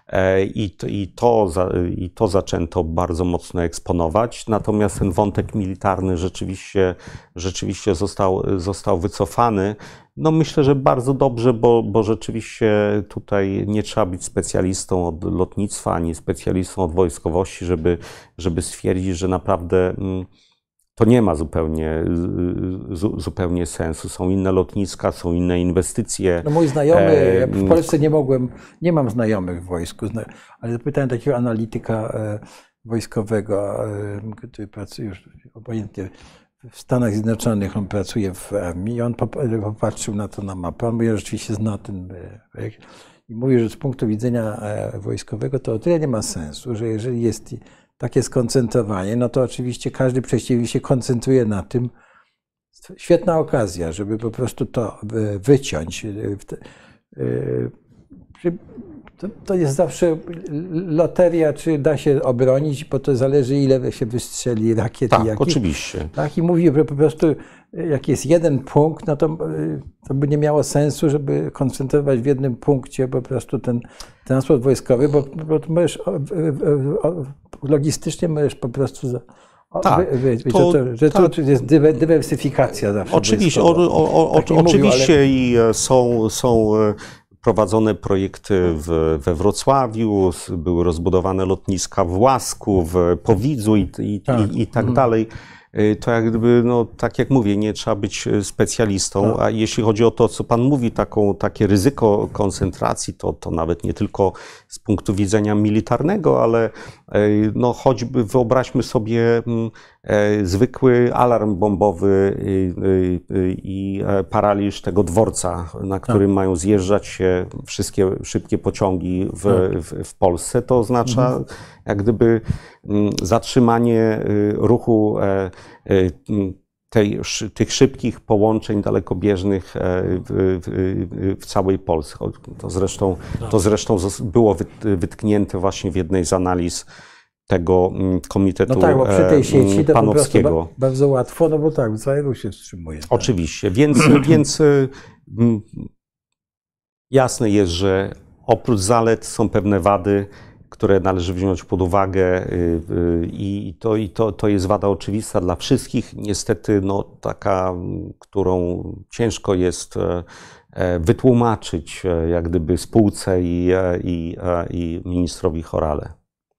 I to zaczęto bardzo mocno eksponować, natomiast ten wątek militarny rzeczywiście został wycofany. No myślę, że bardzo dobrze, bo rzeczywiście tutaj nie trzeba być specjalistą od lotnictwa, ani specjalistą od wojskowości, żeby stwierdzić, że naprawdę to nie ma zupełnie sensu. Są inne lotniska, są inne inwestycje. No mój znajomy, ja w Polsce nie mam znajomych w wojsku, ale zapytałem takiego analityka wojskowego, który pracuje już obojętnie w Stanach Zjednoczonych, on pracuje w armii i on popatrzył na to na mapę, on mówi, że rzeczywiście zna ten projekt i mówi, że z punktu widzenia wojskowego to o tyle nie ma sensu, że jeżeli jest takie skoncentrowanie, no to oczywiście każdy przeciwnik się koncentruje na tym. Świetna okazja, żeby po prostu to wyciąć. To jest zawsze loteria, czy da się obronić, bo to zależy, ile się wystrzeli rakiet. Tak, oczywiście. Tak, i mówi, że po prostu jak jest jeden punkt, no to by nie miało sensu, żeby koncentrować w jednym punkcie po prostu ten transport wojskowy, bo możesz, logistycznie możesz po prostu to jest dywersyfikacja zawsze. Oczywiście, i są prowadzone projekty we Wrocławiu, były rozbudowane lotniska w Łasku, w Powidzu i tak dalej. To jak gdyby, no, tak jak mówię, nie trzeba być specjalistą, a jeśli chodzi o to, co pan mówi, takie ryzyko koncentracji, to nawet nie tylko z punktu widzenia militarnego, ale no, choćby wyobraźmy sobie zwykły alarm bombowy i paraliż tego dworca, na którym mają zjeżdżać się wszystkie szybkie pociągi w Polsce. To oznacza jak gdyby zatrzymanie ruchu tych szybkich połączeń dalekobieżnych w całej Polsce. To zresztą było wytknięte właśnie w jednej z analiz tego komitetu no tak, bo przy tej sieci to panowskiego. Po prostu bardzo łatwo, no bo tak, cały ruch się wstrzymuje. Tak. Oczywiście, więc jasne jest, że oprócz zalet są pewne wady, które należy wziąć pod uwagę i to jest wada oczywista dla wszystkich. Niestety no, taka, którą ciężko jest wytłumaczyć jak gdyby spółce i ministrowi Horale.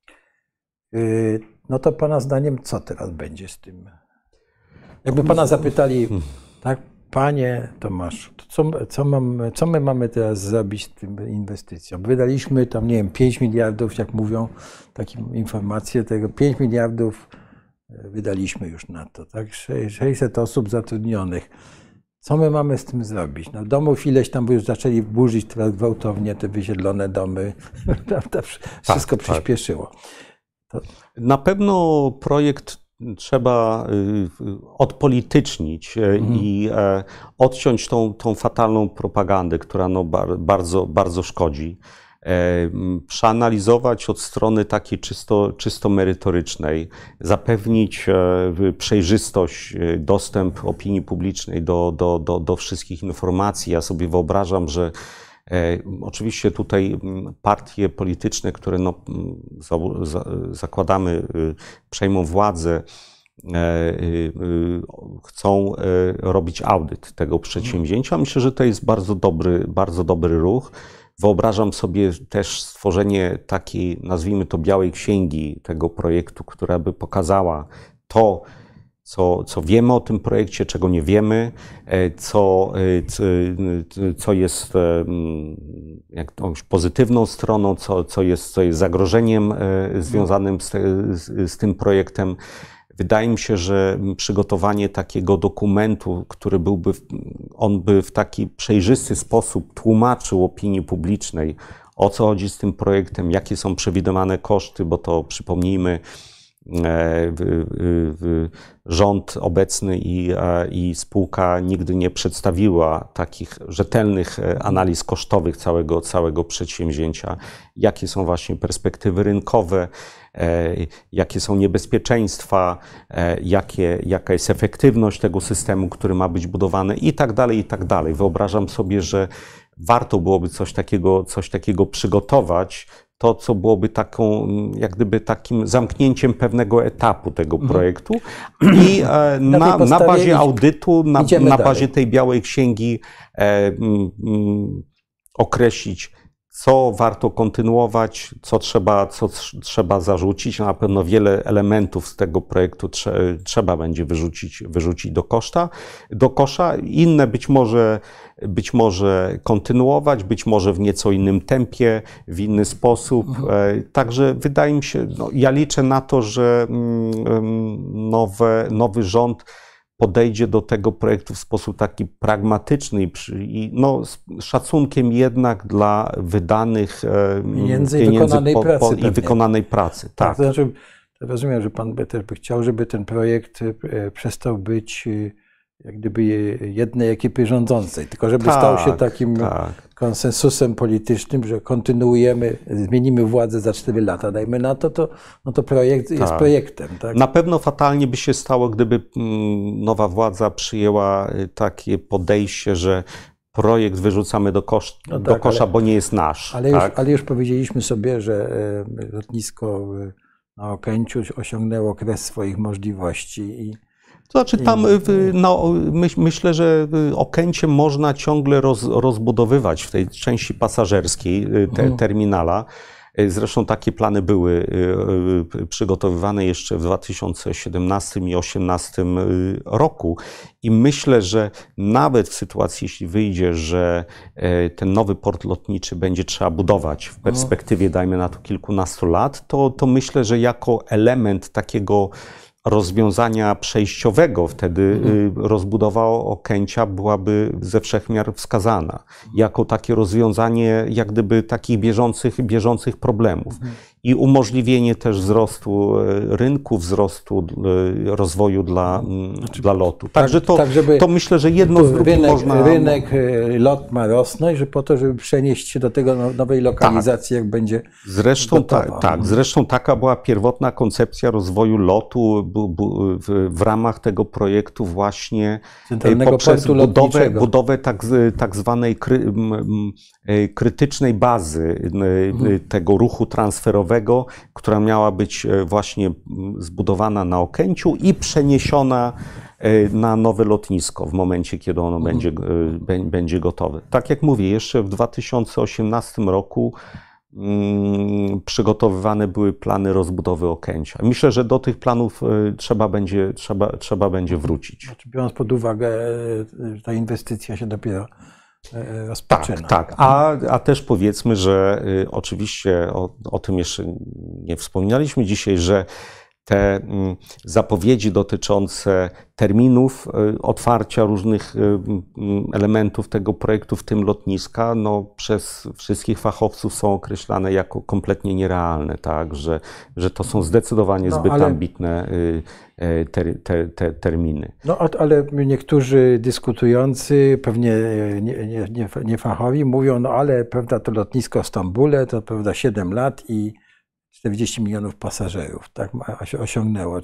No to pana zdaniem co teraz będzie z tym? Jakby pana zapytali, tak, panie Tomaszu, co my mamy teraz zrobić z tym inwestycją? Wydaliśmy tam, nie wiem, 5 miliardów, jak mówią takie informacje, tego 5 miliardów wydaliśmy już na to, tak? 600 osób zatrudnionych. Co my mamy z tym zrobić? No domów ileś tam już zaczęli burzyć teraz gwałtownie te wysiedlone domy, prawda? Wszystko przyspieszyło. Na pewno projekt trzeba odpolitycznić i odciąć tą fatalną propagandę, która no bardzo szkodzi. Przeanalizować od strony takiej czysto merytorycznej, zapewnić przejrzystość, dostęp opinii publicznej do wszystkich informacji. Ja sobie wyobrażam, że oczywiście tutaj partie polityczne, które no, zakładamy przejmą władzę, chcą robić audyt tego przedsięwzięcia. Myślę, że to jest bardzo dobry ruch. Wyobrażam sobie też stworzenie takiej, nazwijmy to, białej księgi tego projektu, która by pokazała to, co wiemy o tym projekcie, czego nie wiemy, co jest jakąś pozytywną stroną, co jest zagrożeniem związanym z tym projektem. Wydaje mi się, że przygotowanie takiego dokumentu, który by w taki przejrzysty sposób tłumaczył opinii publicznej, o co chodzi z tym projektem, jakie są przewidywane koszty, bo to, przypomnijmy, rząd obecny i spółka nigdy nie przedstawiła takich rzetelnych analiz kosztowych całego przedsięwzięcia. Jakie są właśnie perspektywy rynkowe, jakie są niebezpieczeństwa, jaka jest efektywność tego systemu, który ma być budowany i tak dalej, i tak dalej. Wyobrażam sobie, że warto byłoby coś takiego przygotować, to, co byłoby jak gdyby takim zamknięciem pewnego etapu tego projektu i na bazie audytu, na bazie tej białej księgi określić, co warto kontynuować, co trzeba zarzucić. Na pewno wiele elementów z tego projektu trzeba będzie wyrzucić do kosza. Inne być może kontynuować, być może w nieco innym tempie, w inny sposób. Także wydaje mi się, ja liczę na to, że nowy rząd podejdzie do tego projektu w sposób taki pragmatyczny i z szacunkiem jednak dla wydanych pieniędzy i wykonanej pracy. Tak. To znaczy, rozumiem, że pan by też chciał, żeby ten projekt przestał być jak gdyby jednej ekipy rządzącej, tylko żeby stał się takim konsensusem politycznym, że kontynuujemy, zmienimy władzę za 4 lata, dajmy na to, to projekt jest projektem. Tak? Na pewno fatalnie by się stało, gdyby nowa władza przyjęła takie podejście, że projekt wyrzucamy do kosza, bo nie jest nasz. Ale już powiedzieliśmy sobie, że lotnisko na Okęciu osiągnęło kres swoich możliwości. To znaczy tam, myślę, że Okęcie można ciągle rozbudowywać w tej części pasażerskiej terminala. Zresztą takie plany były przygotowywane jeszcze w 2017 i 2018 roku. I myślę, że nawet w sytuacji, jeśli wyjdzie, że ten nowy port lotniczy będzie trzeba budować w perspektywie, dajmy na to, kilkunastu lat, to myślę, że jako element takiego rozwiązania przejściowego wtedy rozbudowa Okęcia byłaby ze wszech miar wskazana. Jako takie rozwiązanie jak gdyby takich bieżących problemów. I umożliwienie też wzrostu rynku, wzrostu rozwoju dla lotu. Także to myślę, że jedno z drugim można... Rynek, lot ma rosnąć, że po to, żeby przenieść się do tego nowej lokalizacji, jak będzie Zresztą taka była pierwotna koncepcja rozwoju lotu w ramach tego projektu właśnie poprzez budowę tak zwanej krytycznej bazy tego ruchu transferowego, która miała być właśnie zbudowana na Okęciu i przeniesiona na nowe lotnisko w momencie, kiedy ono będzie gotowe. Tak jak mówię, jeszcze w 2018 roku przygotowywane były plany rozbudowy Okęcia. Myślę, że do tych planów trzeba będzie wrócić. Znaczy, biorąc pod uwagę, że ta inwestycja się dopiero rozpoczyna. Tak. A też powiedzmy, że oczywiście o tym jeszcze nie wspomnieliśmy dzisiaj, że te zapowiedzi dotyczące terminów otwarcia różnych elementów tego projektu, w tym lotniska, przez wszystkich fachowców są określane jako kompletnie nierealne, tak? Że to są zdecydowanie zbyt ambitne terminy. Ale niektórzy dyskutujący, pewnie niefachowi, mówią, ale prawda, to lotnisko w Stambule, to prawda 7 lat i 40 milionów pasażerów, tak osiągnęło.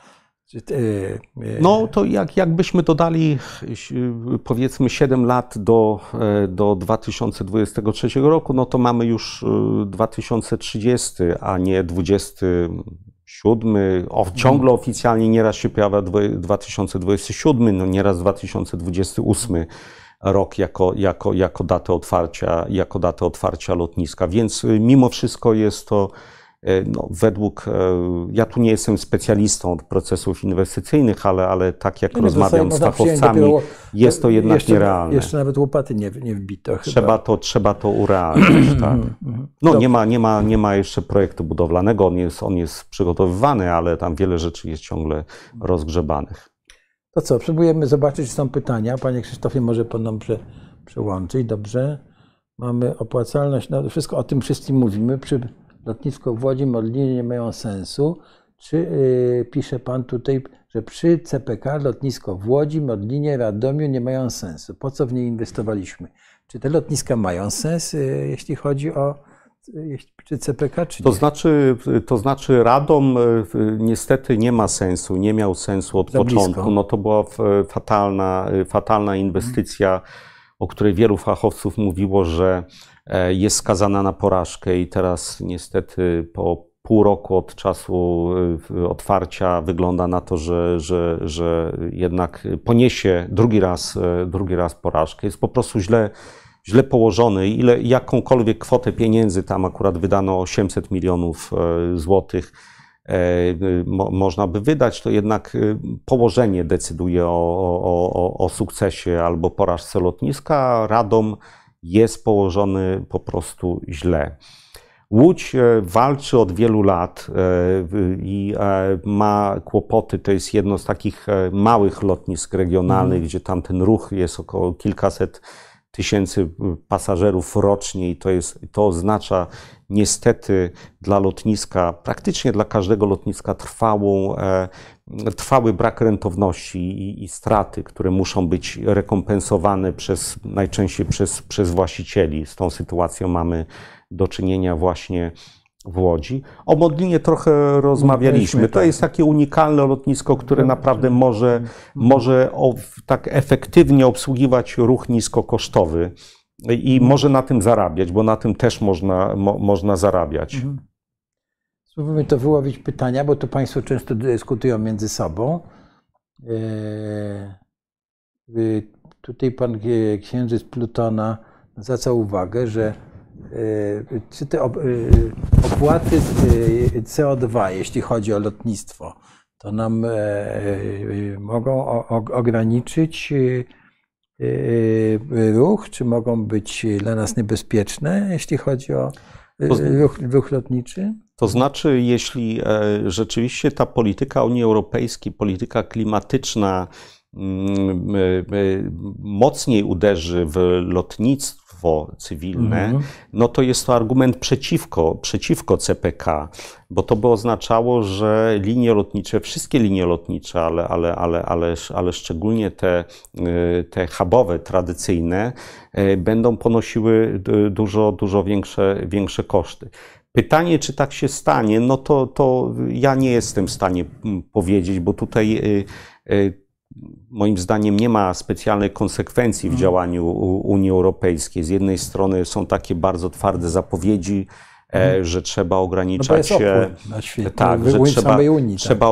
To jakbyśmy dodali, powiedzmy 7 lat do 2023 roku, to mamy już 2030, a nie 27 ciągle oficjalnie nieraz się pojawia 2027, no nieraz 2028 rok jako datę otwarcia lotniska. Więc mimo wszystko jest to no, ja tu nie jestem specjalistą od procesów inwestycyjnych, ale tak jak rozmawiam z fachowcami, jest to jednak nierealne. Jeszcze nawet łopaty nie wbito. Trzeba to urealnić. Tak. No, nie ma jeszcze projektu budowlanego, on jest przygotowywany, ale tam wiele rzeczy jest ciągle rozgrzebanych. To co, próbujemy zobaczyć, czy są pytania. Panie Krzysztofie, może pan nam przełączyć. Dobrze. Mamy opłacalność, no wszystko o tym wszystkim mówimy. Lotnisko w Łodzi, Modlinie nie mają sensu. Czy pisze pan tutaj, że przy CPK lotnisko w Łodzi, Modlinie, Radomiu nie mają sensu? Po co w nie inwestowaliśmy? Czy te lotniska mają sens, jeśli chodzi o przy CPK, czy nie? To znaczy Radom niestety nie ma sensu, nie miał sensu od początku. No to była fatalna inwestycja, o której wielu fachowców mówiło, że jest skazana na porażkę i teraz niestety po pół roku od czasu otwarcia wygląda na to, że jednak poniesie drugi raz porażkę. Jest po prostu źle położony. Jakąkolwiek kwotę pieniędzy tam akurat wydano 800 milionów złotych można by wydać, to jednak położenie decyduje o sukcesie albo porażce lotniska. Radom jest położony po prostu źle. Łódź walczy od wielu lat i ma kłopoty. To jest jedno z takich małych lotnisk regionalnych, gdzie tam ten ruch jest około kilkaset tysięcy pasażerów rocznie i to oznacza niestety dla lotniska, praktycznie dla każdego lotniska trwały brak rentowności i straty, które muszą być rekompensowane najczęściej przez właścicieli. Z tą sytuacją mamy do czynienia właśnie w Łodzi. O Modlinie trochę rozmawialiśmy. To jest takie unikalne lotnisko, które naprawdę może tak efektywnie obsługiwać ruch niskokosztowy i może na tym zarabiać, bo na tym też można zarabiać. Spróbujmy to wyłowić pytania, bo to Państwo często dyskutują między sobą. Tutaj pan księżyc Plutona zwraca uwagę, że czy te opłaty CO2, jeśli chodzi o lotnictwo, to nam mogą ograniczyć ruch, czy mogą być dla nas niebezpieczne, jeśli chodzi o ruch lotniczy? To znaczy, jeśli rzeczywiście ta polityka Unii Europejskiej, polityka klimatyczna mocniej uderzy w lotnictwo cywilne, no to jest to argument przeciwko CPK, bo to by oznaczało, że linie lotnicze, wszystkie linie lotnicze, ale szczególnie te hubowe, tradycyjne, będą ponosiły dużo większe koszty. Pytanie, czy tak się stanie, no to ja nie jestem w stanie powiedzieć, bo tutaj moim zdaniem nie ma specjalnej konsekwencji w działaniu Unii Europejskiej. Z jednej strony są takie bardzo twarde zapowiedzi, że trzeba ograniczać, na świecie, tak, że trzeba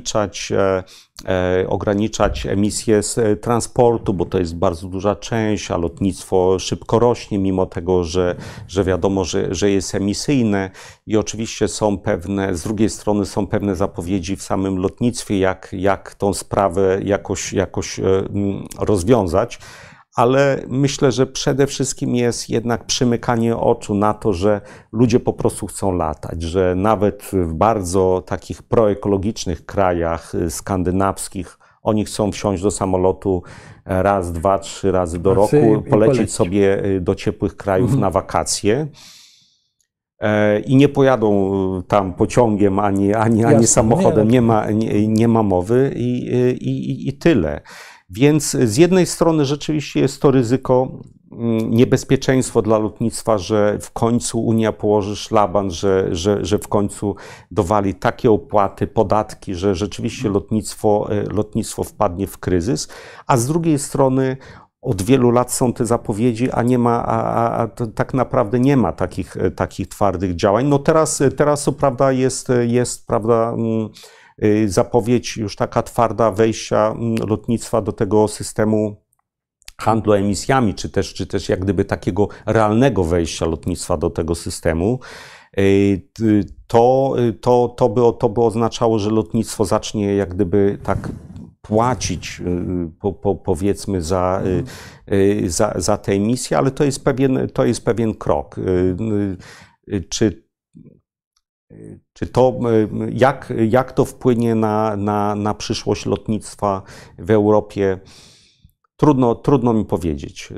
ograniczać emisje z transportu, bo to jest bardzo duża część, a lotnictwo szybko rośnie, mimo tego, że wiadomo, że jest emisyjne i oczywiście z drugiej strony są pewne zapowiedzi w samym lotnictwie, jak tą sprawę jakoś rozwiązać. Ale myślę, że przede wszystkim jest jednak przymykanie oczu na to, że ludzie po prostu chcą latać, że nawet w bardzo takich proekologicznych krajach skandynawskich oni chcą wsiąść do samolotu raz, dwa, trzy razy do roku, polecieć sobie do ciepłych krajów na wakacje. I nie pojadą tam pociągiem ani samochodem, nie ma mowy i tyle. Więc z jednej strony rzeczywiście jest to ryzyko, niebezpieczeństwo dla lotnictwa, że w końcu Unia położy szlaban, że w końcu dowali takie opłaty, podatki, że rzeczywiście lotnictwo wpadnie w kryzys, a z drugiej strony od wielu lat są te zapowiedzi, a nie ma, tak naprawdę nie ma takich twardych działań. No teraz co prawda jest prawda, zapowiedź już taka twarda wejścia lotnictwa do tego systemu handlu emisjami, czy też jak gdyby takiego realnego wejścia lotnictwa do tego systemu. To by oznaczało, że lotnictwo zacznie jak gdyby tak płacić, powiedzmy, za te emisje, ale to jest pewien krok. Czy to, jak to wpłynie na przyszłość lotnictwa w Europie? Trudno mi powiedzieć.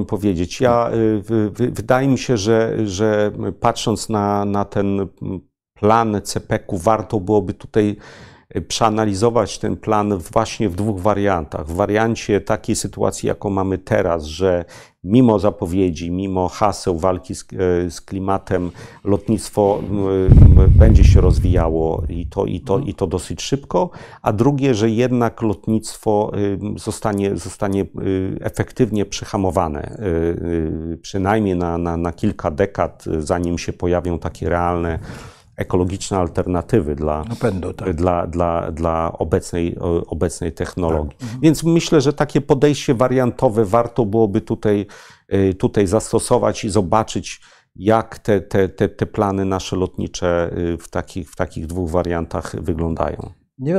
Wydaje mi się, że patrząc na ten plan CPK-u, warto byłoby tutaj przeanalizować ten plan właśnie w dwóch wariantach. W wariancie takiej sytuacji, jaką mamy teraz, że mimo zapowiedzi, mimo haseł walki z klimatem, lotnictwo będzie się rozwijało i to dosyć szybko, a drugie, że jednak lotnictwo zostanie efektywnie przyhamowane, przynajmniej na kilka dekad, zanim się pojawią takie realne ekologiczne alternatywy dla obecnej technologii. Tak. Więc myślę, że takie podejście wariantowe warto byłoby tutaj zastosować i zobaczyć, jak te plany nasze lotnicze w takich dwóch wariantach wyglądają.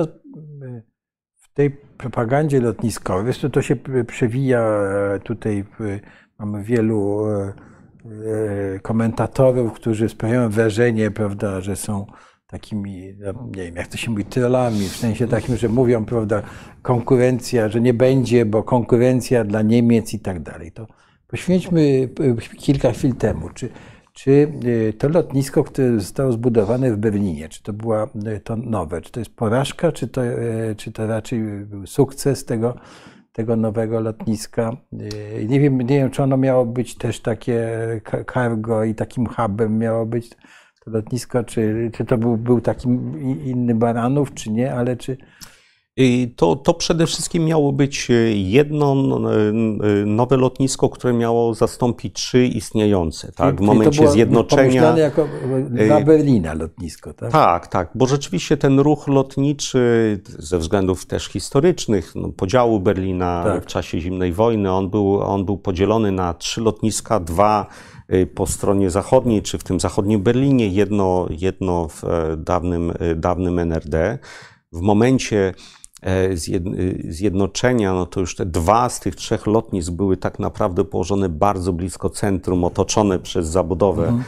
W tej propagandzie lotniskowej, wiesz, to się przewija tutaj, mamy wielu komentatorów, którzy sprawiają wrażenie, prawda, że są takimi, nie wiem, jak to się mówi, trollami, w sensie takim, że mówią, prawda, konkurencja, że nie będzie, bo konkurencja dla Niemiec i tak dalej. To poświęćmy kilka chwil temu. Czy to lotnisko, które zostało zbudowane w Berlinie, czy to było to nowe, czy to jest porażka, czy to raczej był sukces tego nowego lotniska? Nie wiem, czy ono miało być też takie cargo i takim hubem miało być to lotnisko, czy to był takim inny Baranów, czy nie, ale czy... To przede wszystkim miało być jedno nowe lotnisko, które miało zastąpić 3 istniejące. Tak? W momencie zjednoczenia. Jako dla Berlina lotnisko, tak? Tak, bo rzeczywiście ten ruch lotniczy ze względów też historycznych, podziału Berlina w czasie zimnej wojny, on był podzielony na 3 lotniska, 2 po stronie zachodniej, czy w tym zachodnim Berlinie, jedno w dawnym NRD. W momencie zjednoczenia, no to już te 2 z tych 3 lotnisk były tak naprawdę położone bardzo blisko centrum, otoczone przez zabudowę,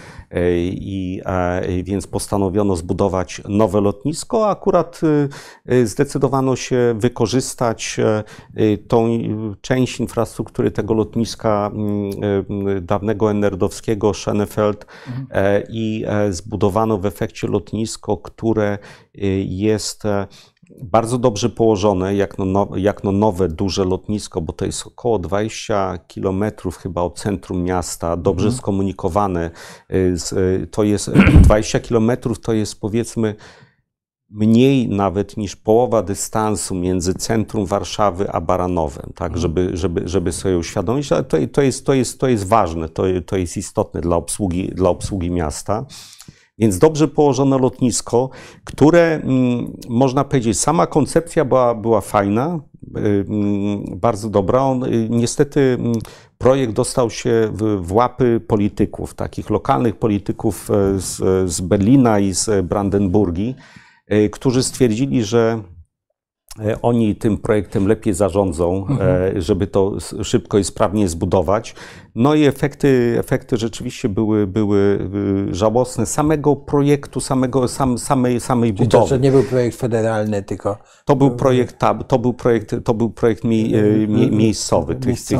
więc postanowiono zbudować nowe lotnisko, a akurat zdecydowano się wykorzystać tą część infrastruktury tego lotniska dawnego NRD-owskiego Schönefeld i zbudowano w efekcie lotnisko, które jest bardzo dobrze położone, jak nowe, duże lotnisko, bo to jest około 20 kilometrów chyba od centrum miasta, dobrze skomunikowane. To jest 20 kilometrów, to jest powiedzmy mniej nawet niż połowa dystansu między centrum Warszawy a Baranowem, tak, żeby sobie uświadomić, ale to jest ważne, to jest istotne dla obsługi miasta. Więc dobrze położone lotnisko, które, można powiedzieć, sama koncepcja była fajna, bardzo dobra. Niestety projekt dostał się w łapy polityków, takich lokalnych polityków z Berlina i z Brandenburgii, którzy stwierdzili, że oni tym projektem lepiej zarządzą, żeby to szybko i sprawnie zbudować. No i efekty rzeczywiście były żałosne. Samego projektu, samej budowy. To nie był projekt federalny, tylko... To był projekt miejscowy,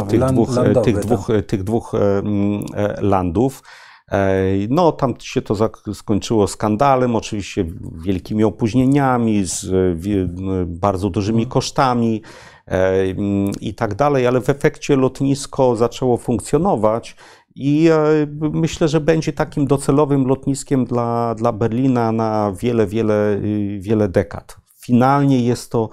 tych dwóch landów. No, tam się to skończyło skandalem, oczywiście wielkimi opóźnieniami, z bardzo dużymi kosztami i tak dalej, ale w efekcie lotnisko zaczęło funkcjonować i myślę, że będzie takim docelowym lotniskiem dla Berlina na wiele dekad. Finalnie jest to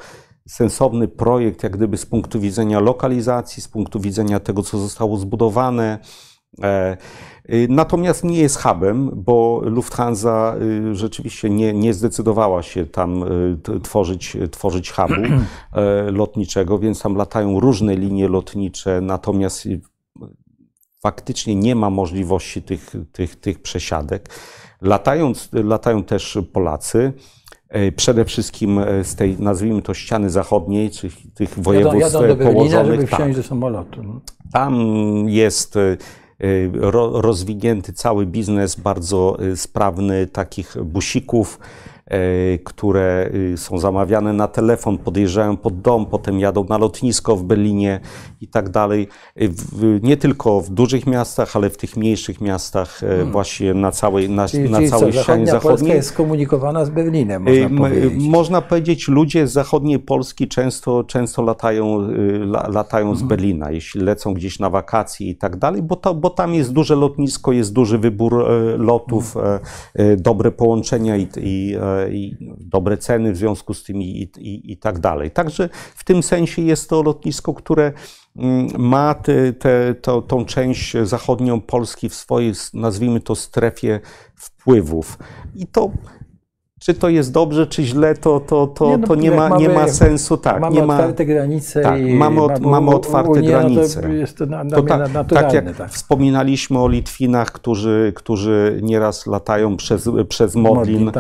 sensowny projekt, jak gdyby z punktu widzenia lokalizacji, z punktu widzenia tego, co zostało zbudowane. Natomiast nie jest hubem, bo Lufthansa rzeczywiście nie zdecydowała się tam tworzyć hubu lotniczego, więc tam latają różne linie lotnicze, natomiast faktycznie nie ma możliwości tych przesiadek. Latają też Polacy, przede wszystkim z tej, nazwijmy to, ściany zachodniej, czy tych województw jadą do Berlina, położonych. żeby wsiąść do samolotu. Tam jest rozwinięty cały biznes bardzo sprawny takich busików, które są zamawiane na telefon, podjeżdżają pod dom, potem jadą na lotnisko w Berlinie i tak dalej. Nie tylko w dużych miastach, ale w tych mniejszych miastach właśnie na całej ścianie zachodniej. Polska jest skomunikowana z Berlinem, można powiedzieć. Można powiedzieć, ludzie z zachodniej Polski często latają z Berlina, jeśli lecą gdzieś na wakacje i tak dalej, bo tam jest duże lotnisko, jest duży wybór lotów, dobre połączenia i dobre ceny w związku z tym i tak dalej. Także w tym sensie jest to lotnisko, które ma tą część zachodnią Polski w swojej, nazwijmy to, strefie wpływów. I to, czy to jest dobrze, czy źle, to nie ma sensu. Tak, mamy otwarte granice. Tak, mamy otwarte granice. To jest to naturalne. Tak jak wspominaliśmy o Litwinach, którzy nieraz latają przez Modlin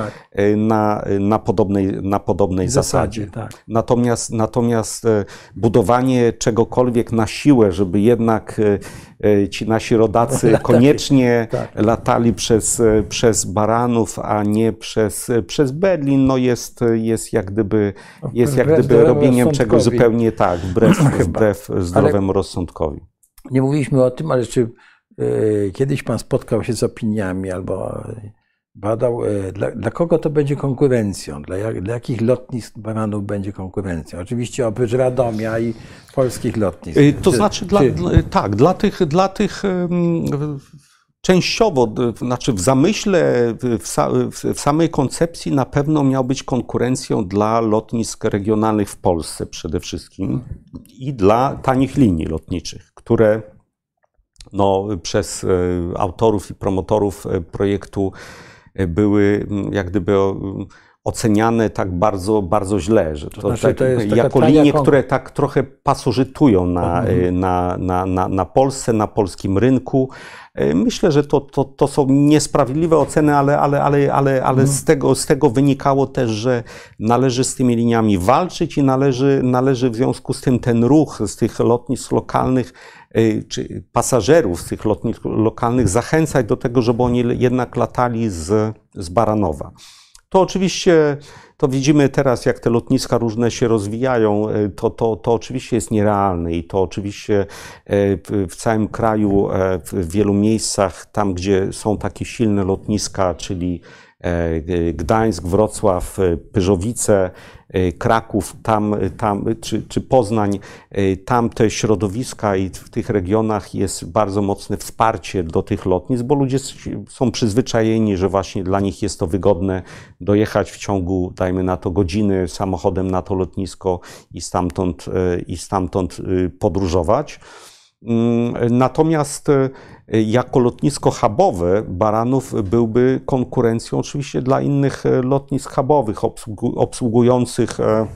na podobnej zasadzie. Tak. Natomiast budowanie czegokolwiek na siłę, żeby jednak ci nasi rodacy koniecznie latali przez Baranów, a nie przez Berlin, no jest jak gdyby robieniem czegoś zupełnie wbrew zdrowemu rozsądkowi. Nie mówiliśmy o tym, ale czy kiedyś pan spotkał się z opiniami albo badał, dla kogo to będzie konkurencją? Dla jakich lotnisk Baranów będzie konkurencją? Oczywiście oprócz Radomia i polskich lotnisk. To znaczy dla tych częściowo, znaczy w zamyśle, w samej koncepcji na pewno miał być konkurencją dla lotnisk regionalnych w Polsce przede wszystkim i dla tanich linii lotniczych, które przez autorów i promotorów projektu były jak gdyby oceniane tak bardzo źle, że to jest jako linie, które tak trochę pasożytują na Polsce, na polskim rynku. Myślę, że to są niesprawiedliwe oceny, ale z tego wynikało też, że należy z tymi liniami walczyć i należy w związku z tym ten ruch z tych lotnisk lokalnych czy pasażerów z tych lotnisk lokalnych zachęcać do tego, żeby oni jednak latali z Baranowa. To oczywiście, to widzimy teraz, jak te lotniska różne się rozwijają, to oczywiście jest nierealne i to oczywiście w całym kraju, w wielu miejscach, tam gdzie są takie silne lotniska, czyli Gdańsk, Wrocław, Pyrzowice, Kraków, czy Poznań, tam te środowiska i w tych regionach jest bardzo mocne wsparcie do tych lotnisk, bo ludzie są przyzwyczajeni, że właśnie dla nich jest to wygodne dojechać w ciągu, dajmy na to, godziny samochodem na to lotnisko i stamtąd podróżować. Natomiast jako lotnisko hubowe Baranów byłby konkurencją oczywiście dla innych lotnisk hubowych obsługujących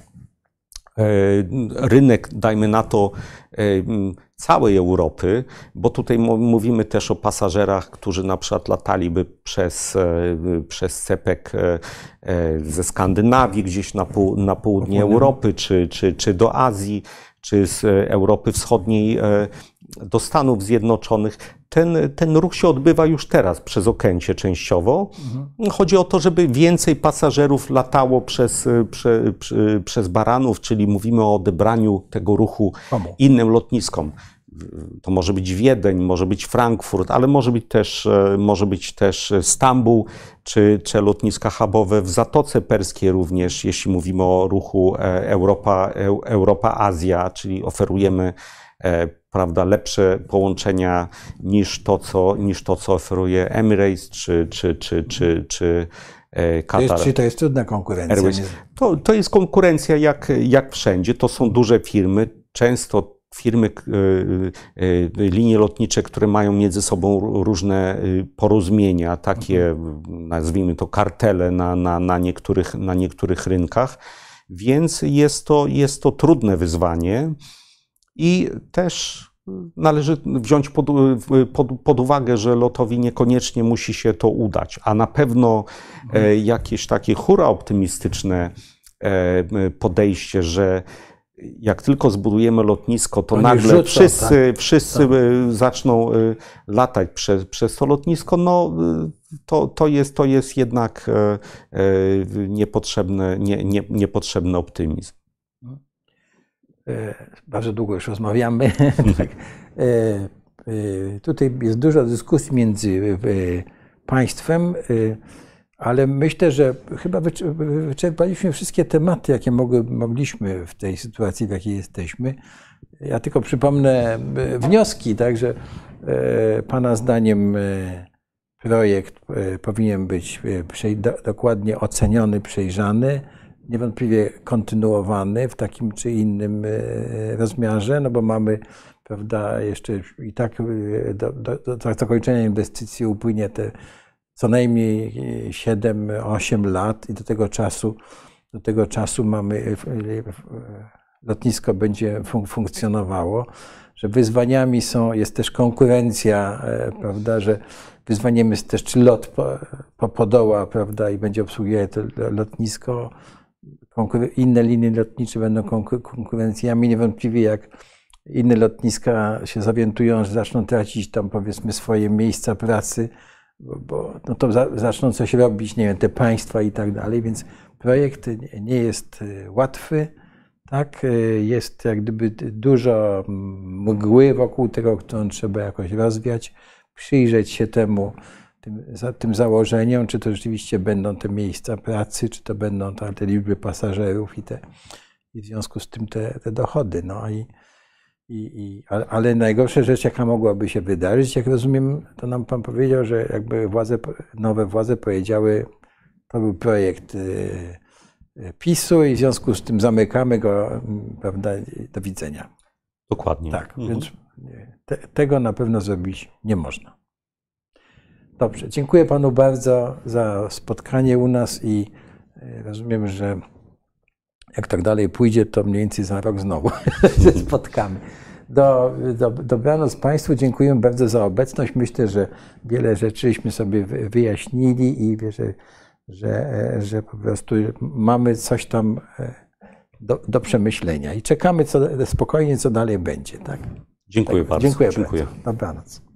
rynek, dajmy na to, całej Europy, bo tutaj mówimy też o pasażerach, którzy na przykład lataliby przez CEPEK ze Skandynawii gdzieś na południe Europy, czy do Azji, czy z Europy Wschodniej do Stanów Zjednoczonych. Ten ruch się odbywa już teraz przez Okęcie częściowo. Chodzi o to, żeby więcej pasażerów latało przez Baranów, czyli mówimy o odebraniu tego ruchu innym lotniskom. To może być Wiedeń, może być Frankfurt, ale może być też Stambuł, czy lotniska hubowe w Zatoce Perskiej również, jeśli mówimy o ruchu Europa-Azja, czyli oferujemy lepsze połączenia niż to, co oferuje Emirates, czy Qatar Czy to jest trudna konkurencja? Airways. To jest konkurencja jak wszędzie. To są duże firmy, często firmy, linie lotnicze, które mają między sobą różne porozumienia, takie, nazwijmy to, kartele na niektórych rynkach, więc jest to trudne wyzwanie i też należy wziąć pod uwagę, że lotowi niekoniecznie musi się to udać, a na pewno jakieś takie hura optymistyczne podejście, że jak tylko zbudujemy lotnisko, to nagle wszyscy zaczną latać przez to lotnisko, no to jest jednak niepotrzebny optymizm. Bardzo długo już rozmawiamy. Tak. Tutaj jest dużo dyskusji między państwem, ale myślę, że chyba wyczerpaliśmy wszystkie tematy, jakie mogliśmy w tej sytuacji, w jakiej jesteśmy. Ja tylko przypomnę wnioski, także Pana zdaniem projekt powinien być dokładnie oceniony, przejrzany, niewątpliwie kontynuowany w takim czy innym rozmiarze, no bo mamy, prawda, jeszcze i tak do zakończenia inwestycji upłynie co najmniej 7-8 lat i do tego czasu mamy, lotnisko będzie funkcjonowało, że wyzwaniami jest też konkurencja, prawda, że wyzwaniem jest też, czy lot podoła, prawda, i będzie obsługiwać to lotnisko. Inne linie lotnicze będą konkurencjami. Niewątpliwie jak inne lotniska się zorientują, że zaczną tracić tam, powiedzmy, swoje miejsca pracy, bo no to zaczną coś robić, nie wiem, te państwa i tak dalej, więc projekt nie jest łatwy, tak? Jest jak gdyby dużo mgły wokół tego, którą trzeba jakoś rozwiać, przyjrzeć się tym założeniom, czy to rzeczywiście będą te miejsca pracy, czy to będą te liczby pasażerów i w związku z tym te dochody. No ale najgorsza rzecz, jaka mogłaby się wydarzyć, jak rozumiem, to nam Pan powiedział, że jakby nowe władze powiedziały, to był projekt PiS-u i w związku z tym zamykamy go, prawda, do widzenia. Dokładnie. Tak, więc tego na pewno zrobić nie można. Dobrze, dziękuję Panu bardzo za spotkanie u nas i rozumiem, że jak tak dalej pójdzie, to mniej więcej za rok znowu się spotkamy. Dobranoc Państwu, dziękuję bardzo za obecność. Myślę, że wiele rzeczyśmy sobie wyjaśnili i wierzę, że po prostu mamy coś tam do przemyślenia i czekamy spokojnie, co dalej będzie. Tak? Dziękuję bardzo. Dziękuję bardzo. Dobranoc.